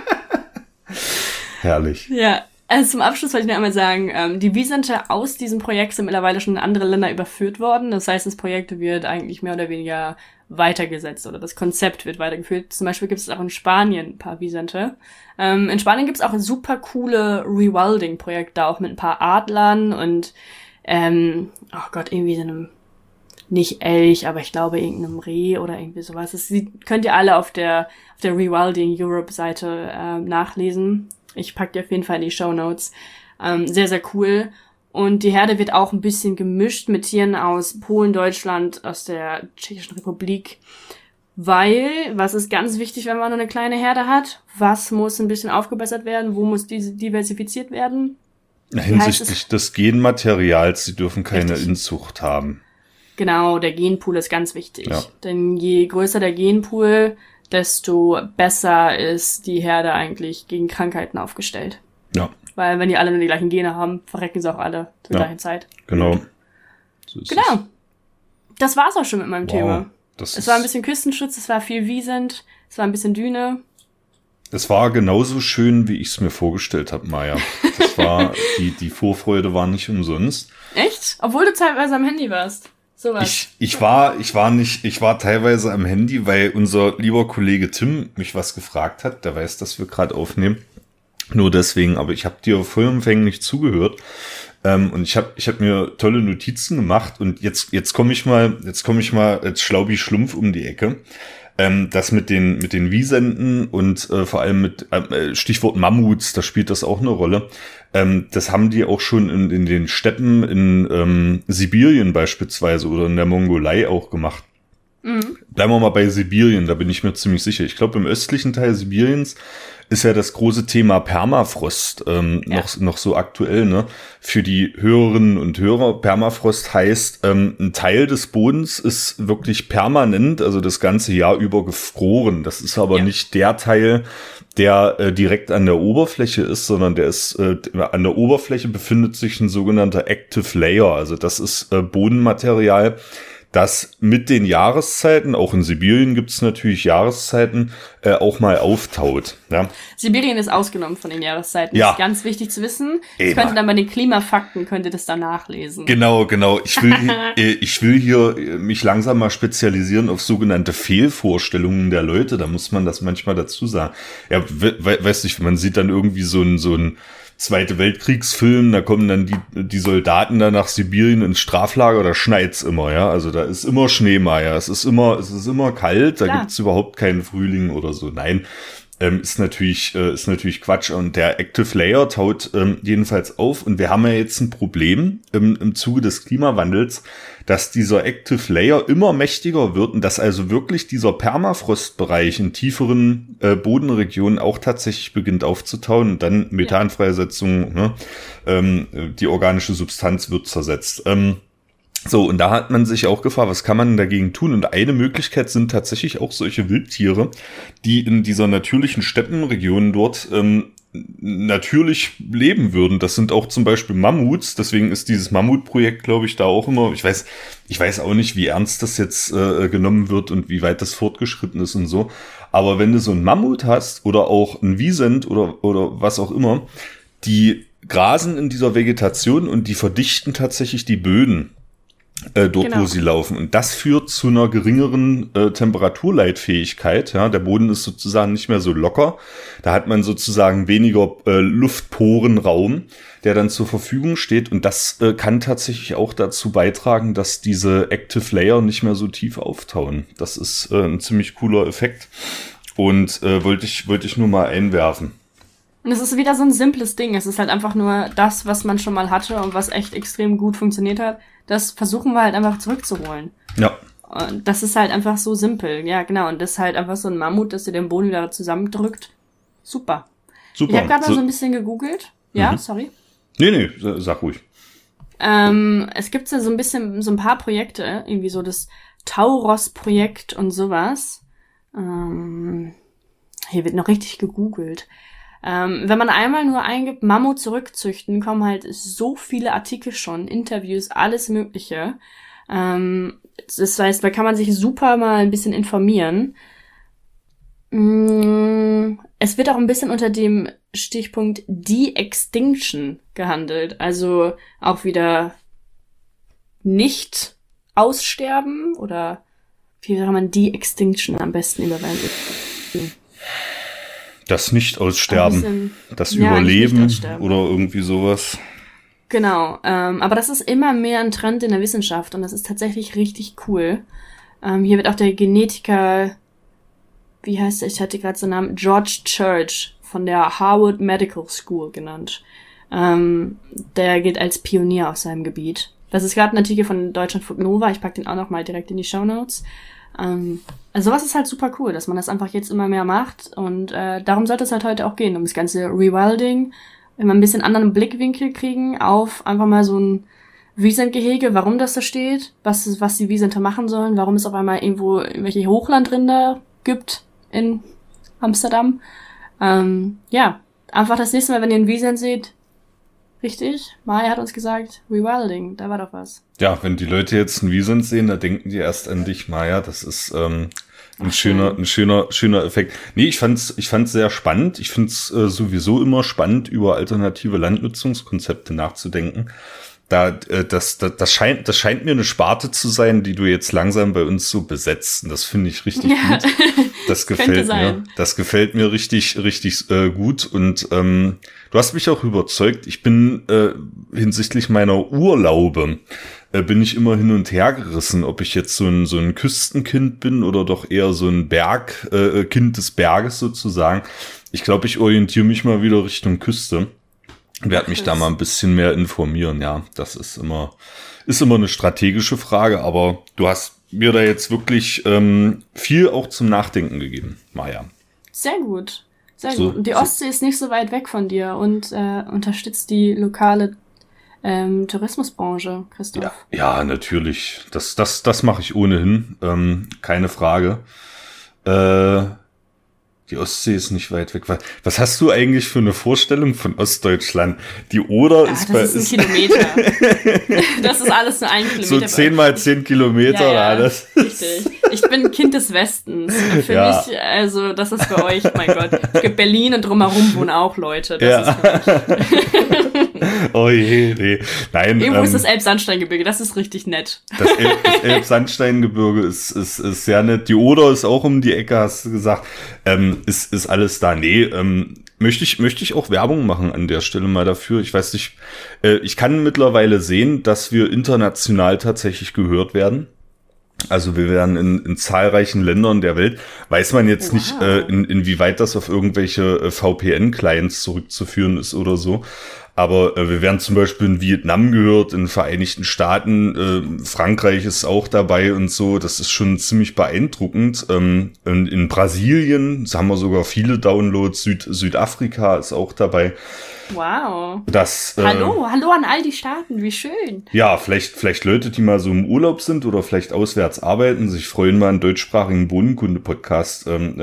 Herrlich. Ja, also zum Abschluss wollte ich noch einmal sagen, die Wiesente aus diesem Projekt sind mittlerweile schon in andere Länder überführt worden. Das heißt, das Projekt wird eigentlich mehr oder weniger weitergesetzt oder das Konzept wird weitergeführt. Zum Beispiel gibt es auch in Spanien ein paar Wiesente. In Spanien gibt es auch ein super coole Rewilding-Projekt da auch mit ein paar Adlern und oh Gott, irgendwie so einem nicht Elch, aber ich glaube irgendeinem Reh oder irgendwie sowas. Das könnt ihr alle auf der Rewilding Europe Seite nachlesen. Ich pack die auf jeden Fall in die Shownotes. Sehr, sehr cool. Und die Herde wird auch ein bisschen gemischt mit Tieren aus Polen, Deutschland, aus der Tschechischen Republik. Weil, was ist ganz wichtig, wenn man nur eine kleine Herde hat? Was muss ein bisschen aufgebessert werden? Wo muss diese diversifiziert werden? Hinsichtlich des Genmaterials, sie dürfen keine Inzucht haben. Genau, der Genpool ist ganz wichtig. Ja. Denn je größer der Genpool, desto besser ist die Herde eigentlich gegen Krankheiten aufgestellt. Ja. Weil wenn die alle nur die gleichen Gene haben, verrecken sie auch alle zur gleichen Zeit. Genau. So ist genau. Das war's auch schon mit meinem Thema. Es war ein bisschen Küstenschutz, es war viel Wiesent, es war ein bisschen Düne. Es war genauso schön, wie ich es mir vorgestellt habe, Maya. Das war, die Vorfreude war nicht umsonst. Echt? Obwohl du teilweise am Handy warst. Sowas. Ich war teilweise am Handy, weil unser lieber Kollege Tim mich was gefragt hat. Der weiß, dass wir gerade aufnehmen. Nur deswegen, aber ich habe dir vollumfänglich zugehört. Und ich hab mir tolle Notizen gemacht. Und jetzt komme ich mal als Schlaubi Schlumpf um die Ecke. Das mit den Wiesenten und vor allem mit Stichwort Mammuts, da spielt das auch eine Rolle. Das haben die auch schon in den Steppen in Sibirien beispielsweise oder in der Mongolei auch gemacht. Bleiben wir mal bei Sibirien, da bin ich mir ziemlich sicher. Ich glaube, im östlichen Teil Sibiriens ist ja das große Thema Permafrost noch so aktuell, ne? Für die Hörerinnen und Hörer, Permafrost heißt, ein Teil des Bodens ist wirklich permanent, also das ganze Jahr über gefroren. Das ist aber nicht der Teil, der direkt an der Oberfläche ist, sondern der ist an der Oberfläche befindet sich ein sogenannter Active Layer. Also das ist Bodenmaterial, das mit den Jahreszeiten, auch in Sibirien gibt es natürlich Jahreszeiten, auch mal auftaut. Ja. Sibirien ist ausgenommen von den Jahreszeiten. Das ist ganz wichtig zu wissen. Das könnt ihr dann bei den Klimafakten, könnt ihr das dann nachlesen. Genau. Ich will hier mich langsam mal spezialisieren auf sogenannte Fehlvorstellungen der Leute. Da muss man das manchmal dazu sagen. Ja, weiß nicht, man sieht dann irgendwie so ein Zweite Weltkriegsfilm, da kommen dann die Soldaten da nach Sibirien ins Straflager, da schneit's immer, ja. Also da ist immer Schneemeier, es ist immer kalt, da gibt's überhaupt keinen Frühling oder so. Nein, ist natürlich Quatsch. Und der Active Layer taut jedenfalls auf. Und wir haben ja jetzt ein Problem im Zuge des Klimawandels, dass dieser Active Layer immer mächtiger wird und dass also wirklich dieser Permafrostbereich in tieferen Bodenregionen auch tatsächlich beginnt aufzutauen und dann Methanfreisetzung, die organische Substanz wird zersetzt. So, und da hat man sich auch gefragt, was kann man dagegen tun? Und eine Möglichkeit sind tatsächlich auch solche Wildtiere, die in dieser natürlichen Steppenregion dort natürlich leben würden. Das sind auch zum Beispiel Mammuts. Deswegen ist dieses Mammutprojekt, glaube ich, da auch immer, ich weiß auch nicht, wie ernst das jetzt genommen wird und wie weit das fortgeschritten ist und so. Aber wenn du so einen Mammut hast oder auch einen Wiesent oder was auch immer, die grasen in dieser Vegetation und die verdichten tatsächlich die Böden. Wo sie laufen. Und das führt zu einer geringeren Temperaturleitfähigkeit. Ja, der Boden ist sozusagen nicht mehr so locker. Da hat man sozusagen weniger Luftporenraum, der dann zur Verfügung steht. Und das kann tatsächlich auch dazu beitragen, dass diese Active Layer nicht mehr so tief auftauen. Das ist ein ziemlich cooler Effekt. Und wollte ich nur mal einwerfen. Und es ist wieder so ein simples Ding. Es ist halt einfach nur das, was man schon mal hatte und was echt extrem gut funktioniert hat. Das versuchen wir halt einfach zurückzuholen. Ja. Und das ist halt einfach so simpel. Ja, genau. Und das ist halt einfach so ein Mammut, dass ihr den Boden wieder zusammendrückt. Super. Ich habe gerade mal so ein bisschen gegoogelt. Ja, sorry. Nee, sag ruhig. Es gibt so ein paar Projekte. Irgendwie so das Tauros-Projekt und sowas. Hier wird noch richtig gegoogelt. Wenn man einmal nur eingibt, Mammut zurückzüchten, kommen halt so viele Artikel schon, Interviews, alles Mögliche. Das heißt, da kann man sich super mal ein bisschen informieren. Es wird auch ein bisschen unter dem Stichpunkt De-Extinction gehandelt. Also auch wieder nicht aussterben oder wie kann man De-Extinction am besten überwenden? Das Nicht-Aussterben, das Überleben oder irgendwie sowas. Genau, aber das ist immer mehr ein Trend in der Wissenschaft und das ist tatsächlich richtig cool. Hier wird auch der Genetiker, wie heißt er, ich hatte gerade so einen Namen, George Church von der Harvard Medical School genannt. Der gilt als Pionier auf seinem Gebiet. Das ist gerade ein Artikel von Deutschlandfunk Nova, ich pack den auch noch mal direkt in die Shownotes. Also sowas ist halt super cool, dass man das einfach jetzt immer mehr macht und darum sollte es halt heute auch gehen, um das ganze Rewilding, wenn wir ein bisschen anderen Blickwinkel kriegen auf einfach mal so ein Wiesentgehege, warum das da steht, was die Wiesenter machen sollen, warum es auf einmal irgendwo irgendwelche Hochlandrinder gibt in Amsterdam. Ja, einfach das nächste Mal, wenn ihr einen Wiesent seht, richtig, Maya hat uns gesagt, Rewilding, da war doch was. Ja, wenn die Leute jetzt einen Wiesent sehen, da denken die erst an dich, Maya. Das ist ein schöner Effekt. Nee, ich fand's sehr spannend. Ich find's sowieso immer spannend, über alternative Landnutzungskonzepte nachzudenken. Das scheint mir eine Sparte zu sein, die du jetzt langsam bei uns so besetzt. Und das finde ich richtig gut. Das gefällt mir. Das gefällt mir richtig gut. Und du hast mich auch überzeugt. Ich bin hinsichtlich meiner Urlaube bin ich immer hin und her gerissen, ob ich jetzt so ein Küstenkind bin oder doch eher so ein Kind des Berges sozusagen. Ich glaube, ich orientiere mich mal wieder Richtung Küste. Werde mich da mal ein bisschen mehr informieren, ja. Das ist immer eine strategische Frage, aber du hast mir da jetzt wirklich viel auch zum Nachdenken gegeben, Maja. Sehr gut. Sehr gut. Und die Ostsee ist nicht so weit weg von dir und unterstützt die lokale Tourismusbranche, Christoph. Ja, natürlich. Das mache ich ohnehin. Keine Frage. Die Ostsee ist nicht weit weg. Was hast du eigentlich für eine Vorstellung von Ostdeutschland? Die Oder ist das ist ein Kilometer. Das ist alles nur 1 Kilometer. So 10 mal 10 Kilometer oder alles. Richtig. Ich bin Kind des Westens. Für mich, also das ist bei euch, mein Gott. Es gibt Berlin und drumherum wohnen auch Leute. Das ist für mich. Oh je, nee. Nein. Irgendwo ist das Elbsandsteingebirge, das ist richtig nett. Das Elbsandsteingebirge ist sehr nett. Die Oder ist auch um die Ecke, hast du gesagt. Ist alles da. Nee, möchte ich auch Werbung machen an der Stelle mal dafür. Ich weiß nicht, ich kann mittlerweile sehen, dass wir international tatsächlich gehört werden. Also wir werden in zahlreichen Ländern der Welt, weiß man jetzt nicht, inwieweit das auf irgendwelche VPN-Clients zurückzuführen ist oder so. Aber wir werden zum Beispiel in Vietnam gehört, in den Vereinigten Staaten, Frankreich ist auch dabei und so. Das ist schon ziemlich beeindruckend. In Brasilien haben wir sogar viele Downloads. Südafrika ist auch dabei. Wow. Hallo an all die Staaten, wie schön. Ja, vielleicht Leute, die mal so im Urlaub sind oder vielleicht auswärts arbeiten, sich freuen, mal einen deutschsprachigen Bodenkunde-Podcast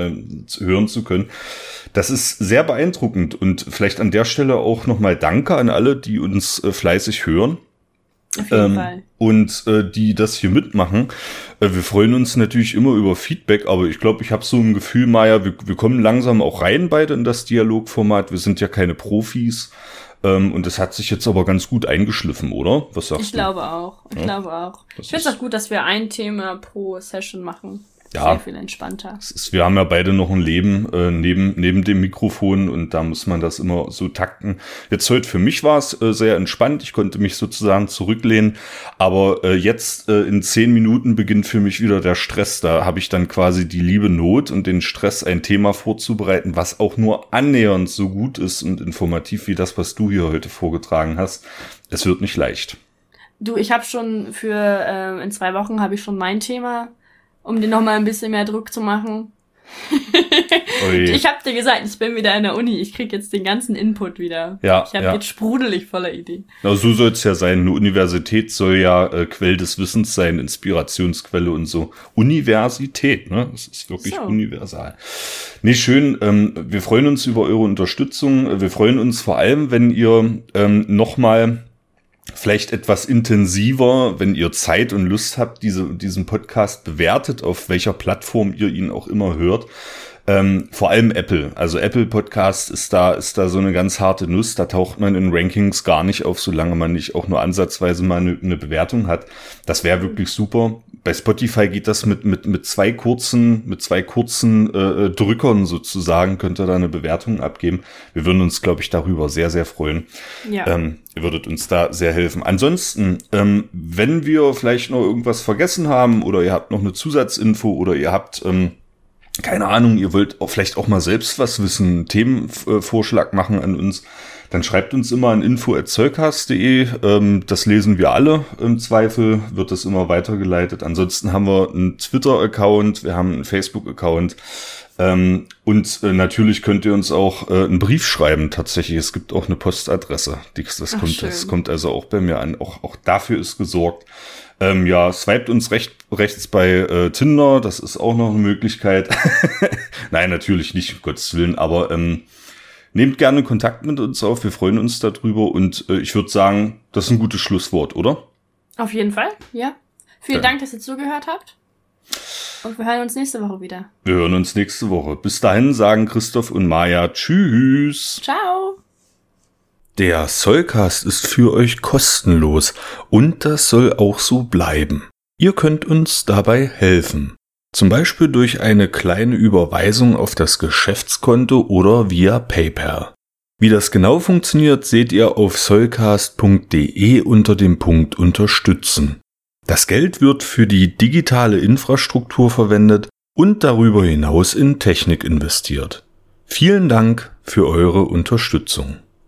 hören zu können. Das ist sehr beeindruckend und vielleicht an der Stelle auch nochmal Danke an alle, die uns fleißig hören. Auf jeden Fall. Und die das hier mitmachen. Wir freuen uns natürlich immer über Feedback, aber ich glaube, ich habe so ein Gefühl, Maja, wir kommen langsam auch rein beide in das Dialogformat. Wir sind ja keine Profis. Und das hat sich jetzt aber ganz gut eingeschliffen, oder? Was sagst du? Ich glaube auch. Ich finde es auch gut, dass wir ein Thema pro Session machen. Ja, sehr viel entspannter. Wir haben ja beide noch ein Leben neben dem Mikrofon und da muss man das immer so takten. Jetzt heute für mich war es sehr entspannt. Ich konnte mich sozusagen zurücklehnen, aber jetzt in 10 Minuten beginnt für mich wieder der Stress. Da habe ich dann quasi die liebe Not und den Stress, ein Thema vorzubereiten, was auch nur annähernd so gut ist und informativ wie das, was du hier heute vorgetragen hast. Es wird nicht leicht. Du, ich habe schon in 2 Wochen habe ich schon mein Thema, um dir nochmal ein bisschen mehr Druck zu machen. Ich hab dir gesagt, ich bin wieder in der Uni. Ich krieg jetzt den ganzen Input wieder. Ich hab jetzt sprudelig voller Ideen. Na, so soll's ja sein. Eine Universität soll ja Quell des Wissens sein, Inspirationsquelle und so. Universität, ne? Das ist wirklich universal. Nee, schön. Wir freuen uns über eure Unterstützung. Wir freuen uns vor allem, wenn ihr nochmal vielleicht etwas intensiver, wenn ihr Zeit und Lust habt, diesen Podcast bewertet, auf welcher Plattform ihr ihn auch immer hört. Vor allem Apple. Also Apple Podcast ist da so eine ganz harte Nuss. Da taucht man in Rankings gar nicht auf, solange man nicht auch nur ansatzweise mal eine Bewertung hat. Das wäre wirklich super. Bei Spotify geht das mit zwei kurzen Drückern sozusagen, könnt ihr da eine Bewertung abgeben. Wir würden uns, glaube ich, darüber sehr, sehr freuen. Ja. Ihr würdet uns da sehr helfen. Ansonsten, wenn wir vielleicht noch irgendwas vergessen haben oder ihr habt noch eine Zusatzinfo oder ihr habt keine Ahnung, ihr wollt auch vielleicht auch mal selbst was wissen, Themenvorschlag machen an uns, dann schreibt uns immer an info@zollcast.de. Das lesen wir alle im Zweifel, wird das immer weitergeleitet. Ansonsten haben wir einen Twitter-Account, wir haben einen Facebook-Account und natürlich könnt ihr uns auch einen Brief schreiben. Tatsächlich, es gibt auch eine Postadresse. Das kommt also auch bei mir an. Auch dafür ist gesorgt. Swiped uns rechts bei Tinder, das ist auch noch eine Möglichkeit. Nein, natürlich nicht, um Gottes Willen, aber nehmt gerne Kontakt mit uns auf, wir freuen uns darüber und ich würde sagen, das ist ein gutes Schlusswort, oder? Auf jeden Fall, ja. Vielen Dank, dass ihr zugehört habt und wir hören uns nächste Woche wieder. Wir hören uns nächste Woche. Bis dahin sagen Christoph und Maja Tschüss. Ciao. Der Zollcast ist für euch kostenlos und das soll auch so bleiben. Ihr könnt uns dabei helfen. Zum Beispiel durch eine kleine Überweisung auf das Geschäftskonto oder via PayPal. Wie das genau funktioniert, seht ihr auf zollcast.de unter dem Punkt Unterstützen. Das Geld wird für die digitale Infrastruktur verwendet und darüber hinaus in Technik investiert. Vielen Dank für eure Unterstützung.